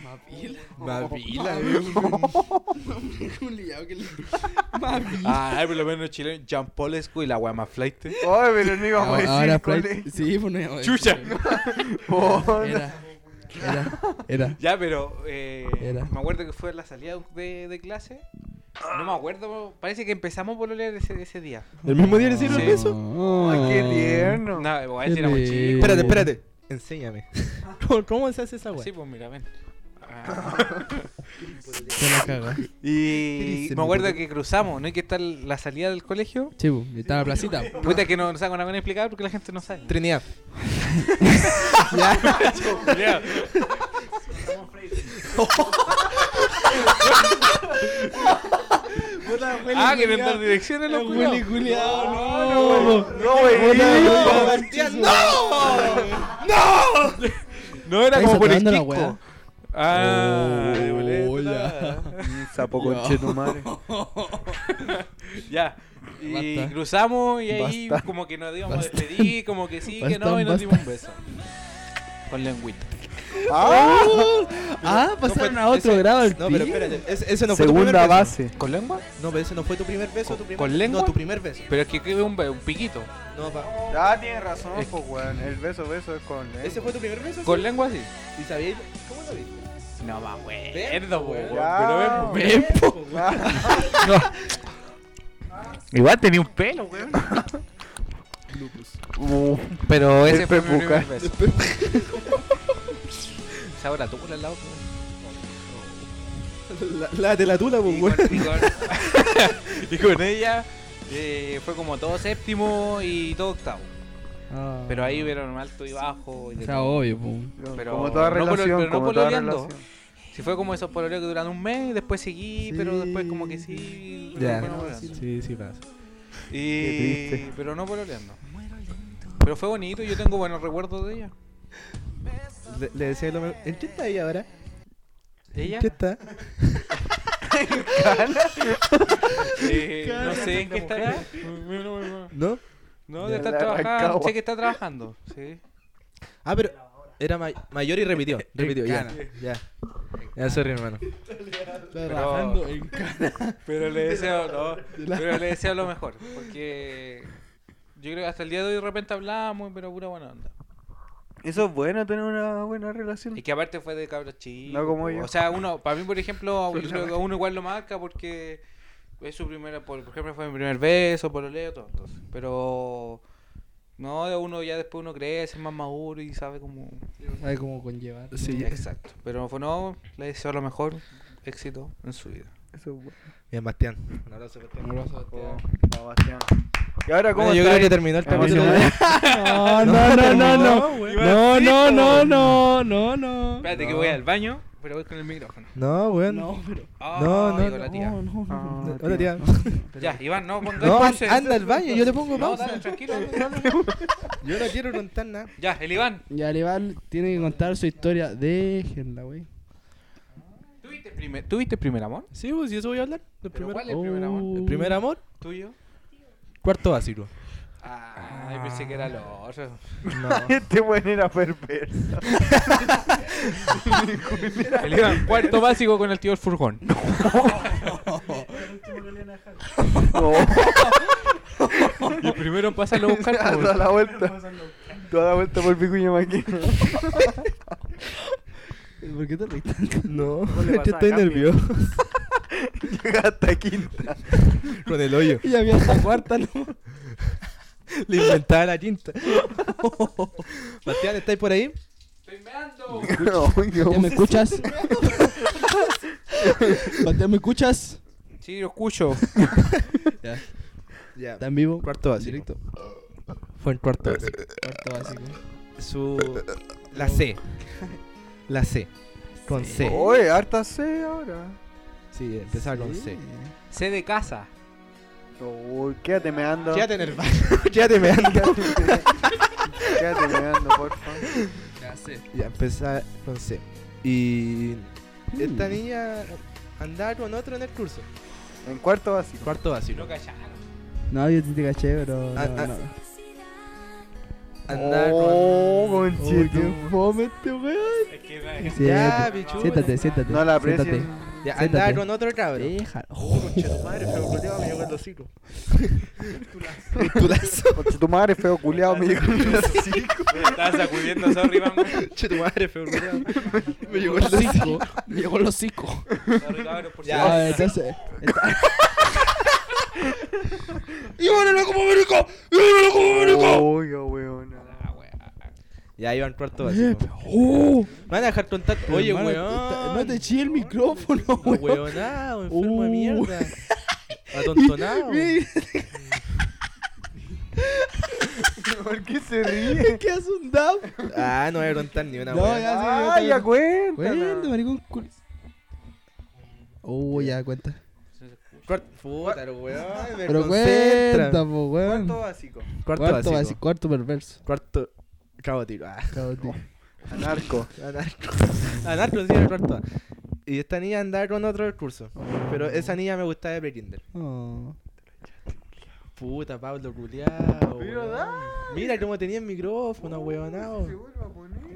Ah, por lo menos chileno. Jean Paul School y la wea más flight. Oye, pero no íbamos a decir Ahora colegio. Sí, pues no iba a decir. Chucha. Oh, Era. Ya, pero Era. me acuerdo que fue la salida de clase. No me acuerdo, parece que empezamos por oler ese día. ¿El mismo día le hicieron el Sí. beso? Ay, qué tierno. No, voy a decir era muy chico. Espérate. Enséñame. ¿Cómo se hace esa weá? Sí, pues mira, ven. Se la caga. Y me acuerdo que cruzamos, ¿no? Y que está la salida del colegio. Sí, pues, está en la placita. Puta que no saco una buena explicada porque la gente no sabe. Trinidad. Ya. Quieren dar direcciones los Willy culiados. culiao, No, güey. No, era Estáis como por el sacando la Quisco. weá. De boleta. Sapo conche tu madre. Ya. Y Basta. cruzamos y ahí Basta. como que nos íbamos a Basta. despedir, como que sí, que no, Basta, y nos basta. dimos un beso. Con lengüita. Pasaron No, a otro ese- grado el No, pero pico. espérate. Ese no fue tu primer Segunda beso. base. ¿Con lengua? No, pero ese no fue tu primer beso. Tu primer... ¿Con lengua? No, tu primer beso. Pero es que quedó un piquito. No, pa. Ah, tienes razón, pues, weón. El beso es con lengua. ¿Ese fue tu primer beso? Con lengua sí. ¿Y sabías? ¿Cómo sabías? No me acuerdo, weón. weón. Ya. Pero ven, igual tenía un pelo, weón. Pero ese El fue mi pepuca. primer beso. Ahora tú al lado, La de la tula, pues, weón. y con ella fue como todo séptimo y todo octavo. Pero ahí vieron alto y bajo. Y de O sea, todo. obvio, pues. Pero Como toda no relación, pero no como toda pololeando. relación. Si fue como esos pololeos que duran un mes, después seguí, Sí. pero después como que sí. Ya. después no pololeando. Sí pasa. Y... triste. Pero no pololeando. Pero fue bonito y yo tengo buenos recuerdos de ella. Le decía lo mejor. ¿En qué está ahí ahora? ¿Ella? ¿Qué está? No sé en qué estará. ¿No? No, Ya de estar la trabajando. arrancaba. Sé que está trabajando. Sí. Ah, pero era mayor y repitió. Repitió, ya. Ya, sorry, hermano. Trabajando en cana. Pero le deseo, no, pero le deseo lo mejor. Porque yo creo que hasta el día de hoy de repente hablamos, pero pura buena onda. Eso es bueno, tener una buena relación. Y que aparte fue de cabros chicos. No como yo. O sea, uno, para mí, por ejemplo, yo creo que a uno igual lo marca porque es su primera, por ejemplo, fue mi primer beso, pololeo, todo. Entonces. Pero no, de uno ya después uno crece, es más maduro y sabe cómo. Sabe cómo conllevar. Sí, Exacto. Pero fue no, le deseo lo mejor, éxito en su vida. Eso es bueno. Bien, Bastián. Un abrazo, Bastián. Un abrazo a Oh, Bastián. para Bastián. ¿Y ahora cómo Bueno, yo está creo ahí? que terminó el Ah, capítulo. No, no. Espérate que voy al baño, pero voy con el micrófono. No, weón. No, pero. No, digo la tía. Ah, Hola, tía. Ya, Iván, no pongáis No, pausa. anda al baño, yo le pongo No, pausa. dale, tranquilo. Yo no quiero contar nada. Ya, el Iván. Ya, Leval tiene que contar su historia. Déjenla, güey. ¿Tuviste primer amor? Sí, pues, ¿y eso voy a hablar? ¿El ¿Pero primer, cuál es el primer amor? ¿El primer amor? ¿Tuyo? Cuarto básico. Ah, pensé que era lo otro. No. Este weón era perverso. El Iván, cuarto básico con el tío del furgón. Y el primero en pasarlo a buscar. Toda pues. la vuelta. Toda la vuelta por Picuña Máquina. ¿Por qué te reís tanto? No, le yo pasa estoy a Cami? nervioso. Llega hasta quinta. Con el hoyo. Y había hasta cuarta, ¿no? Le inventaba la quinta. Bastián, ¿estáis por ahí? ¡Estoy meando! No, ¿Ya me escuchas? Bastián, ¿me escuchas? Sí, lo escucho. Ya. ¿Está en vivo? Cuarto básico. Directo. Fue en cuarto básico. Cuarto básico. La C. La C. Con C. Oye, harta C ahora. Sí, empezaba con C. C de casa. Uy, quédate meando. Quédate en el baño. Quédate meando. Quédate meando, por favor. Ya sé. Ya, empezaba con C. Y esta niña andaba con otro en el curso. En cuarto básico. Cuarto básico. No callaron. No, yo sí te caché, pero. Ah, no, ah. no. Andaba Oh, con... conchito. Qué fome este weón. Es que Ya, Siéntate, pichu. siéntate. No la siéntate. aprecien. Ya, Siéntate. andaba con otro cabrón. Déjalo. Conchetumadre, feo culiao, me llegó el hocico. Tulazo. Conche tu madre, feo culiao, me llegó el hocico. Me estaba sacudiendo, sorry, man. Conchetumadre, feo culiao. Me llegó El el hocico. hocico. Me llegó el hocico. Sorry, cabrón, por Ya, si Ah, acaso. entonces. ¡Llévalo como América! ¡Llévalo como América! Oiga, weón. Ah, weá. Ya iban cuarto básico. ¡Oh! Van a dejar tontar. Oye, Hermano, weón. No te chille el micrófono, No, weón. weonado, enfermo de Uh. mierda. Atontonado. ¿Por qué se ríe? ¿Qué haces un dab? Ah, no voy a contar ni una No, weá. ya. Ah, ya cuenta. Cuenta, maricón. Oh, ya cuenta. Puta, weón. me Pero concentra. cuenta, po, weón. Cuarto básico. Cuarto básico. Cuarto perverso. Cuarto. Cabo tiro. Ah. Cabo, tío. Anarco. Anarco, sí, era cuarto. Y esta niña andaba con otro del curso. Pero esa niña me gustaba de pre-kinder. Oh. Puta, Pablo culiao. Pero weón. da. Mira cómo tenía el micrófono, weonado. Se vuelve a poner.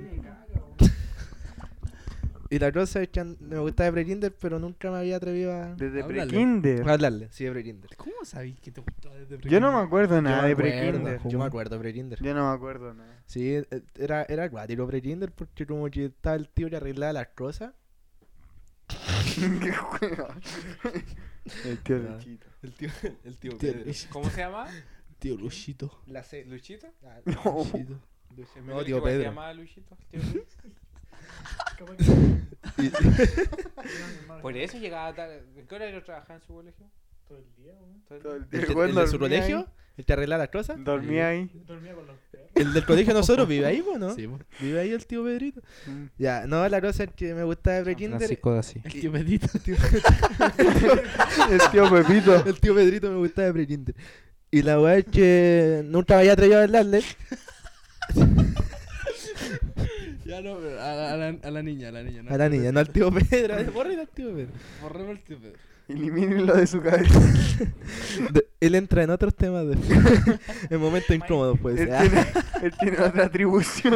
Y la cosa es que me gustaba de pre-kinder, pero nunca me había atrevido a Desde Háblale. pre-kinder. hablarle. Sí, de pre-kinder. ¿Cómo sabéis que te gustaba desde Yo no me acuerdo nada de Yo me pre-kinder. acuerdo, Yo me acuerdo de pre-kinder. Yo no me acuerdo nada. Sí, era cuático pre-kinder porque como que estaba el tío que arreglaba las cosas. Qué juego. El tío Ah. Luchito. El tío Tío, Pedro. ¿Cómo se llama? Tío Luchito. La C. ¿Luchito? Ah, Luchito. No, tío ¿Se Pedro. llama Luchito? Tío Luis. Por eso llegaba tarde. ¿En qué horario trabajaba en su colegio? Todo el ¿El, día. el Cuando de su dormía colegio? ahí, ¿El que arreglaba las cosas? Dormía ahí. El del colegio de nosotros vive ahí, ¿no? Sí, po. Vive ahí el tío Pedrito. Mm. Ya, no, la cosa es que me gustaba de pre-kinder. Francisco de así. El tío Pedito. El tío Pepito. El tío Pedrito me gustaba de pre-kinder. Y la weá es que nunca me había atrevido a hablarle. Ya no, pero a la niña, a la niña. A la niña, no al tío Pedro. Borren al tío Pedro. Borremos el tío Pedro. Elimínenlo de su cabeza. Él entra en otros temas después. En momentos incómodos, pues. Él tiene otra atribución.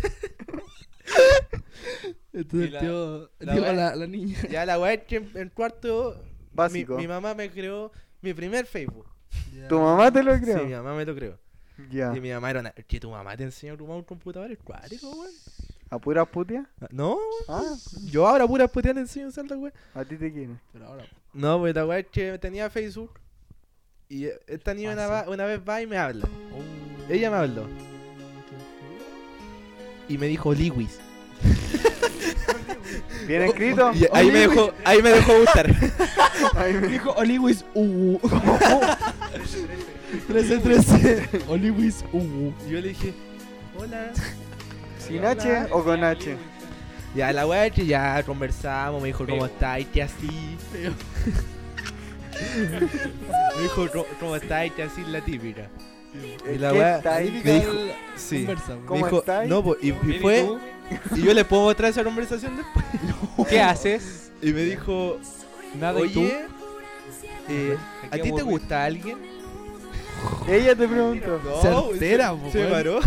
Entonces Y la- el tío, la digo, wea- la niña. Ya la weá es que en cuarto Básico. mi mamá me creó mi primer Facebook. ¿Tu mamá te lo Sí, mi creó? mamá me lo creó. Ya. Y mi mamá era una... ¿Que tu mamá te enseñó a tomar un computador? ¿Es cuático, weón? ¿A puras puteas? No, Ah, yo ahora pura puteada le enseño a usar la weá. a ti te quieren. Pero ahora. No, pues la weá es que tenía Facebook. Y esta niña una vez va y me habla. Ella me habló. Y me dijo Liwis. ¿Bien escrito? Y ahí me dejó gustar. Ahí me- Dijo Oliwis 1313. Oliwis Y yo le dije, hola. ¿Sin H o con H? Ya la weá es que ya conversamos, me dijo cómo estáis, que así. Me dijo cómo estáis, que así la típica. Y la ¿Qué weá estáis? me dijo, sí. Conversa, Me ¿Cómo dijo, estáis? no, pues, y Bien, ¿y fue, tú? y yo le puedo mostrar esa conversación después. ¿Qué haces? Y me dijo, Nada, ¿y tú? oye, ¿a Aquí ti te aburrido. gusta alguien? Ella te preguntó. Certera, po, se weón. paró.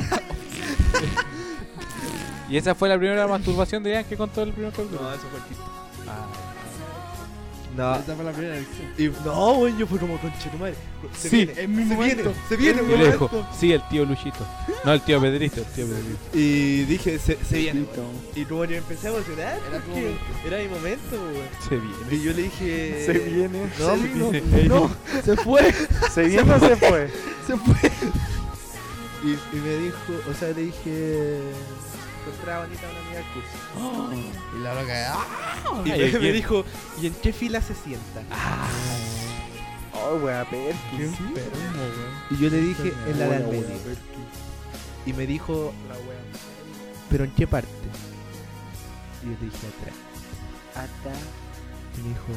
¿Y esa fue la primera masturbación de Ian que contó el primer capítulo? No, eso fue el chiste. Ah. No, Esa fue la primera lección. y no, weón, yo fue como conche tu madre. Se Sí, viene, es mi se momento. viene, se viene, Es mi Y le weón. dijo, sí, el tío Luchito. No, el tío Pedrito, el tío Pedrito. Y dije, se viene. Listo. Y como que empecé a emocionar. Era tu porque momento. era mi momento, weón. Se viene. Y yo le dije. Se viene. No, Se vino. viene. No, se fue. ¿Se viene o se fue? Se fue. Y me dijo, o sea, le dije. encontraba bonita una amiga del curso. Y la loca, Y me dijo, ¿y en qué fila se sienta? Oh, wea, Perky. qué enfermo, weón. Y yo le dije, en la de al Buena, medio. wea, Y me dijo, ¿pero en qué parte? Y yo le dije, atrás. Hasta. Y me dijo,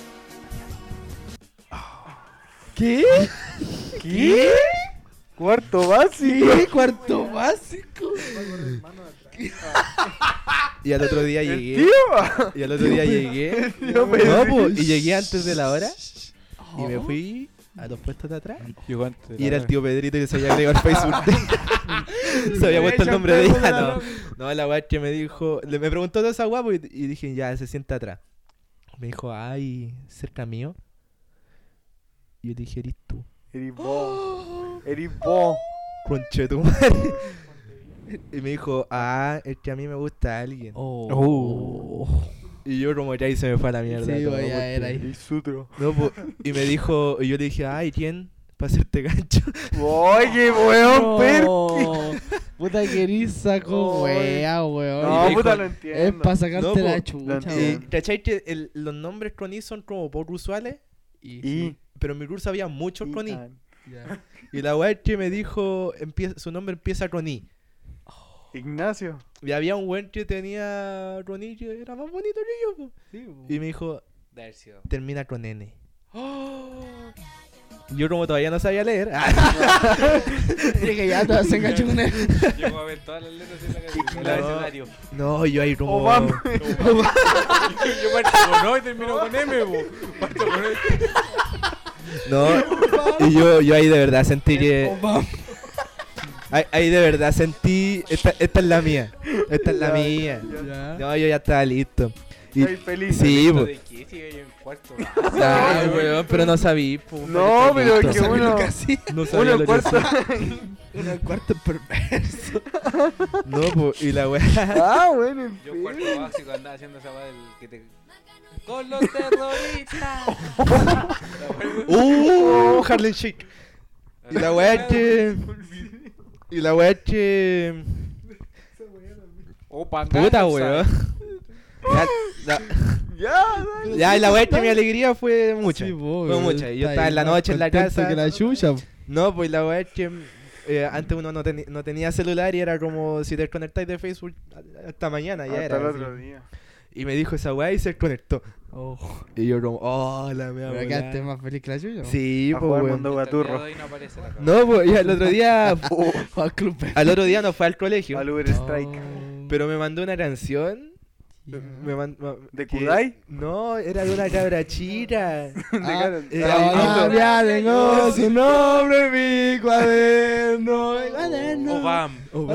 ¿Qué? ¿Qué? Cuarto básico. ¿Qué? ¿Cuarto básico? y al otro día ¿El llegué. tío? Y al otro día llegué. Tío No, Pedro. po, y llegué antes de la hora. Y me fui a los puestos de atrás. Llegó antes. Y era el tío Pedrito que se había agregado al Facebook. Se había puesto el nombre de ella. No, no, la weá que me dijo. Me preguntó toda esa guapo y dije, ya, se sienta atrás. Me dijo, ay, cerca mío. Y yo le dije, eres tú. Eres vos. Eres vos. Conche tu madre. Y me dijo, es que a mí me gusta alguien. Y yo como ya y se me fue a la mierda. Sí, todo, ya porque- era ahí. Eres sutro. No, y me dijo, y yo le dije, ay, ¿quién? Para hacerte gancho. Oye, weón, Perky. Puta que eres saco, wea, weón. Y No, me dijo, puta, lo Es entiendo. para sacarte No, po, la lo chucha, entiendo. weón. ¿Cachai que los nombres croní son como poco usuales? Y. Pero en mi curso había muchos croní. Ya. Y la weá que me dijo, su nombre empieza con I. Ignacio. Y había un weón que tenía Roní que era más bonito que yo. Po. Y me dijo, Dercio. termina con N. Y yo como todavía no sabía leer. Dije, ya te se enganchó con él. Llegó a ver todas las letras en la canción. No. El abecedario. No, yo ahí como... Obama. Yo parto con O y termino con M, bo. Parto con E. No, y yo ahí de verdad sentí que... Ahí de verdad sentí... Esta es la mía. Esta es la mía. Ya. No, yo ya estaba listo. Y, Estoy feliz. sí, po. ¿De qué? Sigue yo en cuarto. Ah, weón, pero no sabía, po. No, pero Listo. es que uno. No Uno sabía en lo que cuarto. Uno al cuarto perverso. No, po, y la weá... Ah, bueno, en Yo fin. en cuarto básico andaba haciendo esa weá del que te... ¡Con los terroristas! Harlem Shake. Y la weá es que... Y la weá es que... Opa, Puta, weón. Ya, y la weá es que mi alegría fue mucha. Sí, po, Fue weón. mucha. Y yo Está estaba ahí en la más noche en la contento casa. que la chucha. No, pues la weá es que antes uno no tenía celular y era como si te desconectáis de Facebook hasta mañana, ya Hasta era. el así. otro día. Y me dijo esa weá y se desconectó. Y yo como, la mea Pero quedaste más feliz que la chucha. Sí, A pues jugar weón. Mundo Gaturro. No aparece la No, pues y al otro día, Al club. al otro día no fue al colegio, Al Uber Strike. pero me mandó una canción. Me mandó, ¿De Kudai? No, era de una cabra chica. De cara- Ah, Ya tengo su nombre en mi cuaderno. Obam.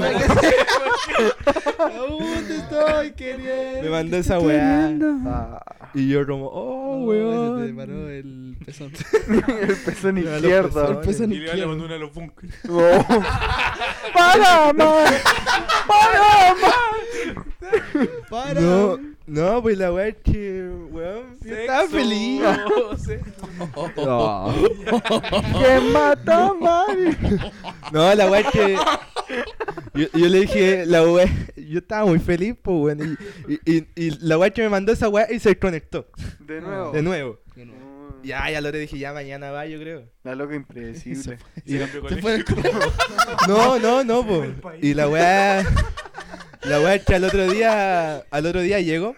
Aún te estoy queriendo. Me mandó esa weá. Ah, Y yo como, Se te weón. paró el pezón. el pezón Me da los izquierdo. El pezón Y le izquierdo. mandó una a los bunkers. Oh. ¡Panamá! ¡Panamá! Para. No, pues la weá es que, weón, yo estaba feliz. No. ¡Que mata Mari! No, la weá es que. Yo le dije, la weá. Yo estaba muy feliz, pues, weón. Y la weá es que me mandó esa weá y se desconectó. De nuevo. De nuevo. Mm, Ya lo le dije, ya mañana va, yo creo. La loca impredecible. Y- Se fue del club. no, pues. Y la weá. La weá es que al otro día llego.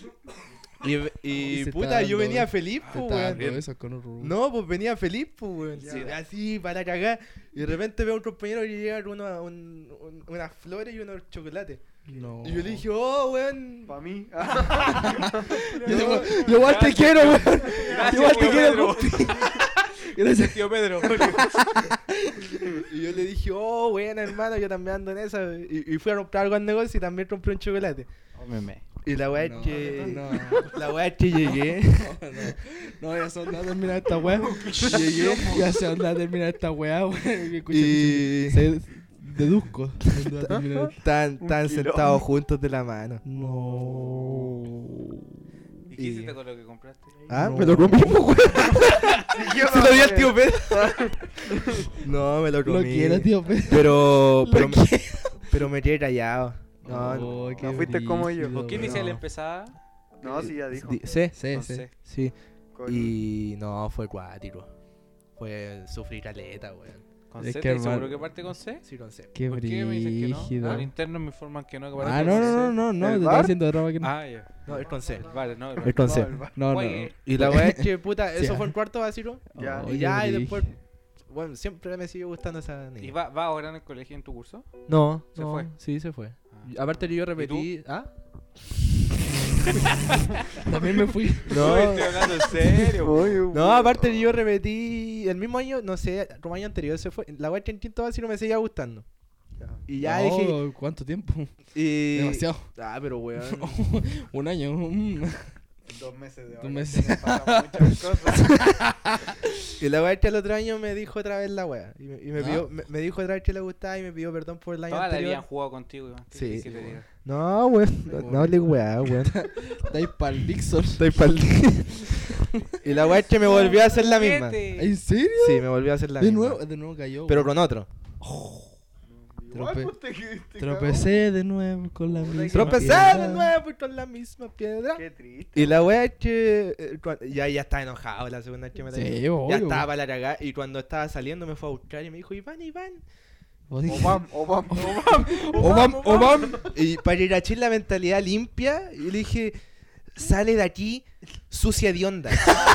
Y se puta, está yo dando- venía feliz, Te pues, está weón. dando eso con un No, pues venía feliz, pues, weón. Sí, Así, para cagar. Y de repente veo a un compañero que llega con unas flores y unos chocolates. No. Y yo le dije, oh, weón. Pa' mí. Yo igual te quiero, weón. Igual te quiero, Gracias, tío Pedro. Y yo le dije, oh, weón, hermano, yo también ando en esa. Y fui a comprar algo al negocio y también compré un chocolate. Y la weá es que. No. La weá es que llegué. No, ya son a terminar esta weá. Llegué. Ya se van a terminar esta weá, weón. Y. Deduzco. ¿Dónde va a terminar? Tan quilombo. sentados juntos de la mano. No. ¿Y qué hiciste con lo que compraste? Ah, No. me lo comí, pues, weón. Yo Se lo di al tío Pedro. No, me lo comí. Lo quiero, tío Pedro. Pero. Lo quiero. Pero me quedé callado. No, Oh, no, qué no fuiste como yo. brígido, ¿Con qué weón. inicial empezaba? No, sí, ya dijo. Sí, Sí, Con sí. C. sí. Con- Y no, fue cuático. Fue sufrir caleta, weón. ¿Con Es C? que, ¿Estás seguro hermano, que parte con C? Sí, con C. Qué ¿Por qué me dices que no? brígido. Al interno me informan que no. Que Ah, parte no, con no, C. no, no, no, ¿El te bar? estaba haciendo droga que no. Ah, ya. No, es con C. Vale, no. Es con C. No, el va- No, no. Juegue. Y la weá es que, puta, Sí, eso fue en cuarto básico. Ya. Oh, Y qué ya, y brígido. después. Bueno, siempre me sigue gustando esa ¿Y niña. va ahora en el colegio en tu curso? No, ¿Se no, fue? Sí, se fue. Ah. Aparte yo repetí. ¿Ah? También me fui. No. Estoy hablando en serio. Oye, No, aparte yo repetí el mismo año, no sé, como año anterior se fue. La weá en quinto básico me seguía gustando. Ya. Y ya No, dije. ¿cuánto tiempo? Y... Demasiado. Ah, pero weón. Un año. 2 meses de 2 meses. pasan muchas cosas. Y la weá es que el otro año me dijo otra vez la weá. Y me ¿Ah? pidió, me dijo otra vez que le gustaba y me pidió perdón por el año Todas la anterior. habían jugado contigo. Iván. ¿Qué Sí. quieres que te diga? No, weón. No hable weá, weón. Estáis pa'l Dixon. Estoy pa'l... Y la weá es que me volvió a hacer la misma. Juguete. ¿En serio? Sí, me volvió a hacer la De misma. nuevo cayó. Pero con otro. Igual, Trope- pues, te Tropecé de nuevo con la misma. Tropecé piedra. de nuevo y con la misma piedra. cagó. Qué triste. Y la wea es que ya estaba enojado la segunda vez que me Sí, traía. obvio. Ya estaba para la cagada. Y cuando estaba saliendo me fue a buscar y me dijo, Iván. Vos dijiste- Obam, Obam, Obam. Obam, Obam. Y para ir a echar la mentalidad limpia, y le dije, sale de aquí sucia de onda.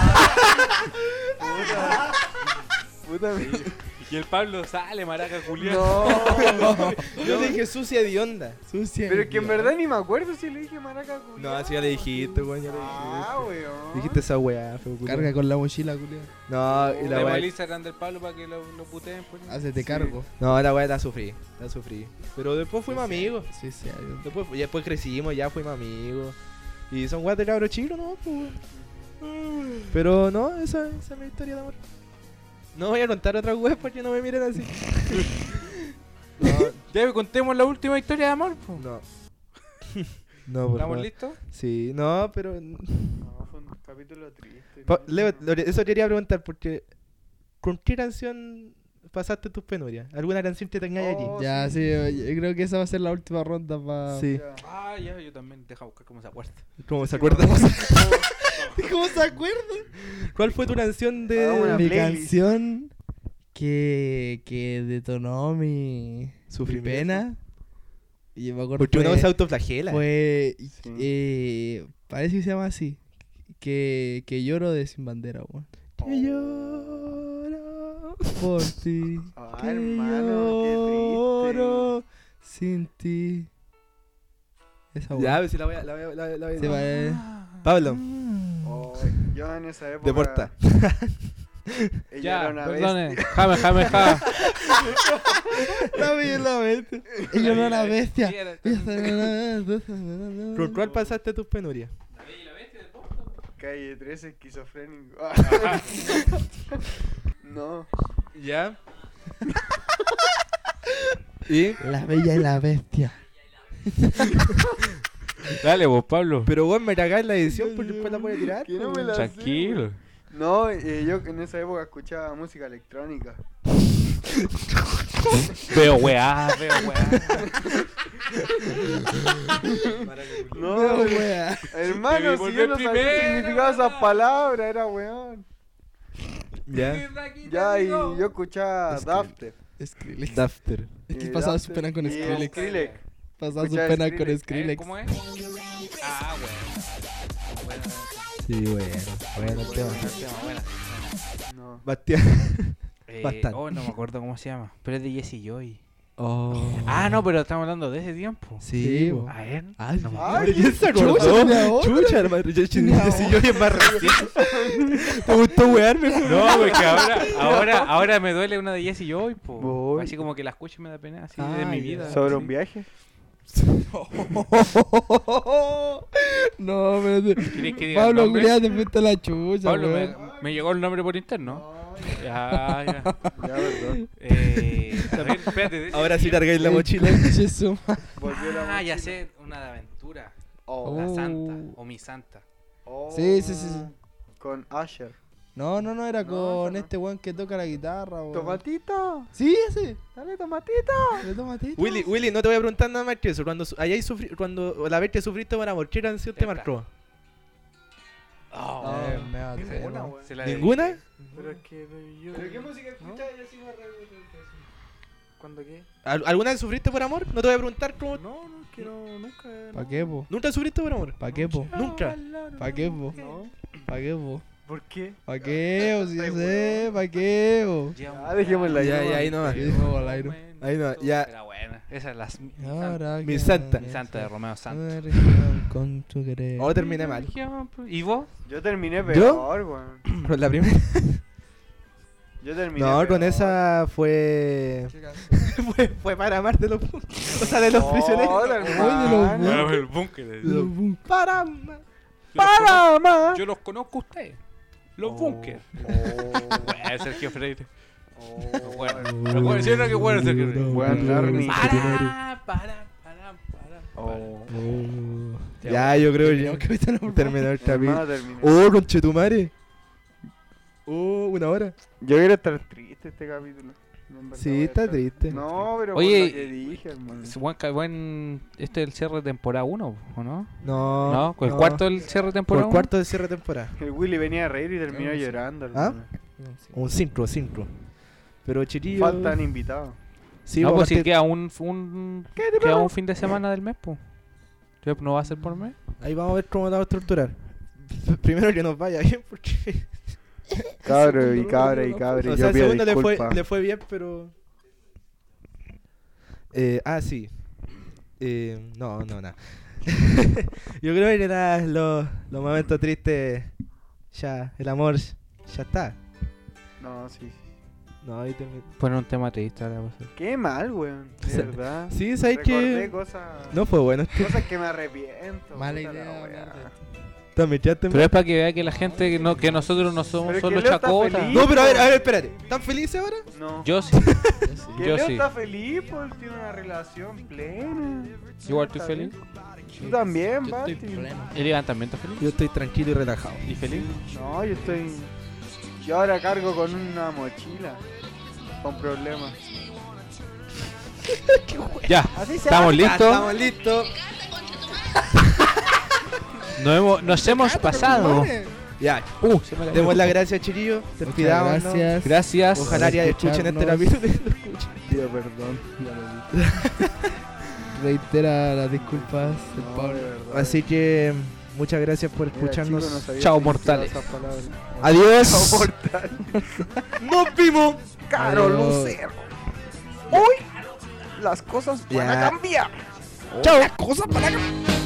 Puta Y el Pablo sale, maraca Julián. No. Yo le dije sucia de onda. Sucia. Pero es que en verdad ni me acuerdo si le dije maraca culiao. No, así ya le dijiste, weón. Ya le Ah, dijiste. weón. Dijiste esa weá, feo culiao. Carga con la mochila, culiao. No, y la Demos el weá. Instagram del Pablo para que lo puteen. Pues. Hacete cargo. No, la weá la sufrí. Pero después fuimos amigos. Sí, sí. Después crecimos, ya fuimos amigos. Y son weas de cabros chicos, ¿no? Pues, weón. Pero no, esa es mi historia de amor. No voy a contar otra wea para que no me miren así. Ya contemos la última historia de amor. Po. No. No, por ¿Estamos favor. listos? Sí, no, pero... No, fue un capítulo triste. Leo, eso quería preguntar porque... ¿Con qué canción pasaste tus penurias? ¿Alguna canción que tengáis aquí? Oh, Ya, sí, yo creo que esa va a ser la última ronda para. Sí. Ya. Ah, ya, yo también. Deja buscar cómo se acuerda. ¿Cómo se acuerda? ¿Cómo se acuerda? ¿Cuál fue tu canción de...? Hagamos una Mi playlist. canción que detonó mi Sufrimiento. pena. Y yo me acuerdo Porque uno fue- se autoflagela. fue Sí. parece que se llama así. Que lloro de Sin Bandera, weón. Que lloro Por ti. Ah, que hermano, qué lloro sin ti. Esa weón. Ya, a ver si la voy a... Se va, Pablo, Oh, yo en esa época. deporta. Ella Ya, era una perdone. bestia. Jame. La vi en la mente. Ella no era bestia. Sí, era- ¿Con cuál pasaste tus penurias? Calle 13, esquizofrénico. No. ¿Ya? ¿Y? La bella y la bestia. Dale vos, Pablo. Pero vos me cagás la edición porque después la voy a tirar. Que no me la sé, Tranquilo. No, yo en esa época escuchaba música electrónica. Veo weá. No, wea. hermano, Debí si yo no volver sabía primero, el significado de esas palabras, era weón. ¿Ya? Ya, y yo escuchaba Es que- Dafter. Skrillex. Dafter. Es que Y pasaba Dafter su pena con y Skrillex. Skrillex. Pasaba su Escuchaba pena con Skrillex. Skrillex. ¿Cómo es? Ah, bueno. Sí, bueno el tema. Bueno. No. Bastián. Bastante. Oh, no me acuerdo cómo se llama. Pero es de Jesse Joy. Oh. Ah, no, pero estamos hablando de ese tiempo. Sí, bo. bo. A ver. Ay, no me Ay, pero ¿quién se acordó? tenía otra. Chucha, hermano. Yo si yo es más reciente. ¿Te gustó wearme? No, porque ahora me duele una de Jesse Joy, po. Voy. Así como que la escucho y me da pena así Ah, de mi ya. vida. ¿Sobre sí. un viaje? No, pero ¿Quieres que diga el Pablo, nombre? culiado, te fuiste a la chucha, Pablo, weón. me llegó el nombre por interno. Ya. Ya, perdón. A ver, espérate. de- Ahora sí largáis la mochila. Conche su madre. Volvió la Ah, ya mochila. sé, una de aventura. Oh. La Oh. santa, o mi santa. Oh. Sí, sí, sí, sí. Con Asher. No, era No, con esa no. este weón que toca la guitarra, weón. Tomatito. Sí, ese. Dale, tomatito. El tomatito. Willy, no te voy a preguntar nada más que eso. Cuando la vez que sufriste por amor, ¿qué canción te Esta. marcó? Oh, Me va a Ninguna, hacer, weón. se la ¿Ninguna? dediqué. Pero es que yo... ¿Pero qué música escuchas y así me ¿Cuándo qué? ¿Alguna vez sufriste por amor? No te voy a preguntar cómo. No, es que nunca... ¿Pa' qué, po? ¿Nunca sufriste por amor? ¿Pa' qué, po? Nunca. ¿Pa' qué, po? No. ¿Pa' qué, po? ¿Por qué? ¿Pa' qué, po? Si yo sé, ¿pa' qué, po? Ya, dejémosla Ya, ahí. ya, ahí nomás. Sí, no, al aire. Ahí no, ya. Era buena. Esa es la Ahora Mi que santa. mi santa de Romeo Santos. me región con tu querer. Oh, terminé mal. ¿Y vos? Yo terminé peor, weón. Con la primera. Yo terminé No, con peor. esa fue. fue para amar de los. O sea, de los prisioneros. hermano. El búnker. Para amar. ¡Para, amar! Yo los conozco a ustedes. Los búnker. Sergio Freire. Bueno, sí, no, que bueno Sergio Freire. Weón, Darny. Para. Oh. Ya, yo creo Tenemos que que evitar la terminó el capítulo. Hermano, terminé. Oh, conchetumare. Oh, una hora. Yo quiero estar triste este capítulo. En verdad Sí, voy a está estar- triste. No, pero Oye, por lo que dije, hermano. Este es el cierre de temporada 1, ¿o no? No. No, con el cuarto del cierre de Por temporada el cuarto de cierre de temporada. El Willy venía a reír y terminó No, sí. llorando, ¿Ah? hermano. Un sincro. Pero chiquillo. Faltan invitados. Sí, no, pues si aparte- queda un fin de semana del mes, pues. ¿No va a ser por mes? Ahí vamos a ver cómo la vamos a estructurar. Primero que nos vaya bien, porque. Cabro y cabra y cabra. O Yo sea, el pido segundo disculpas. le fue bien, pero. Sí. No, nada. Yo creo que los momentos tristes. Ya, el amor ya está. No, sí. No, ahí terminé. Poner un tema triste ahora va a ser. Qué mal, weón. De Sí. verdad. Sí, ¿sabes Recordé qué? cosas... No fue bueno. Cosas que me arrepiento. Mala puta la idea wea. hablar de esto. También ya te- Pero es para que vea que la gente, que nosotros no somos Pero es solo que Leo está chacotas. feliz. No, pero a ver, espérate. ¿Están felices ahora? No. Yo sí. Que Yo Leo sí. está feliz, pues tiene una relación plena. Igual Está estoy feliz. bien. Tú también, Yo estoy Bati. pleno. ¿El Iván también está feliz? Yo estoy tranquilo y relajado. ¿Y feliz? No, yo estoy. Yo ahora cargo con una mochila. Con problemas. Ya, Así se estamos hace. listos. Estamos listos. Nos hemos pasado. Ya. Se me cayó. Demos las gracias, chiquillos. Despidamos. Muchas gracias. Gracias. Ojalá ya escuchen este escucharnos. capítulo. Pido perdón. Ya lo dije. Reitera las disculpas del No, Pablo. de verdad. Así que muchas gracias por Mira, escucharnos. chico, no sabía Chao, que existían mortales. esas palabras. Adiós. Chao, mortal. Nos vimos. Caro Adiós. Lucero. Hoy las cosas van Ya. a cambiar. Chao. Cosas van a cambiar.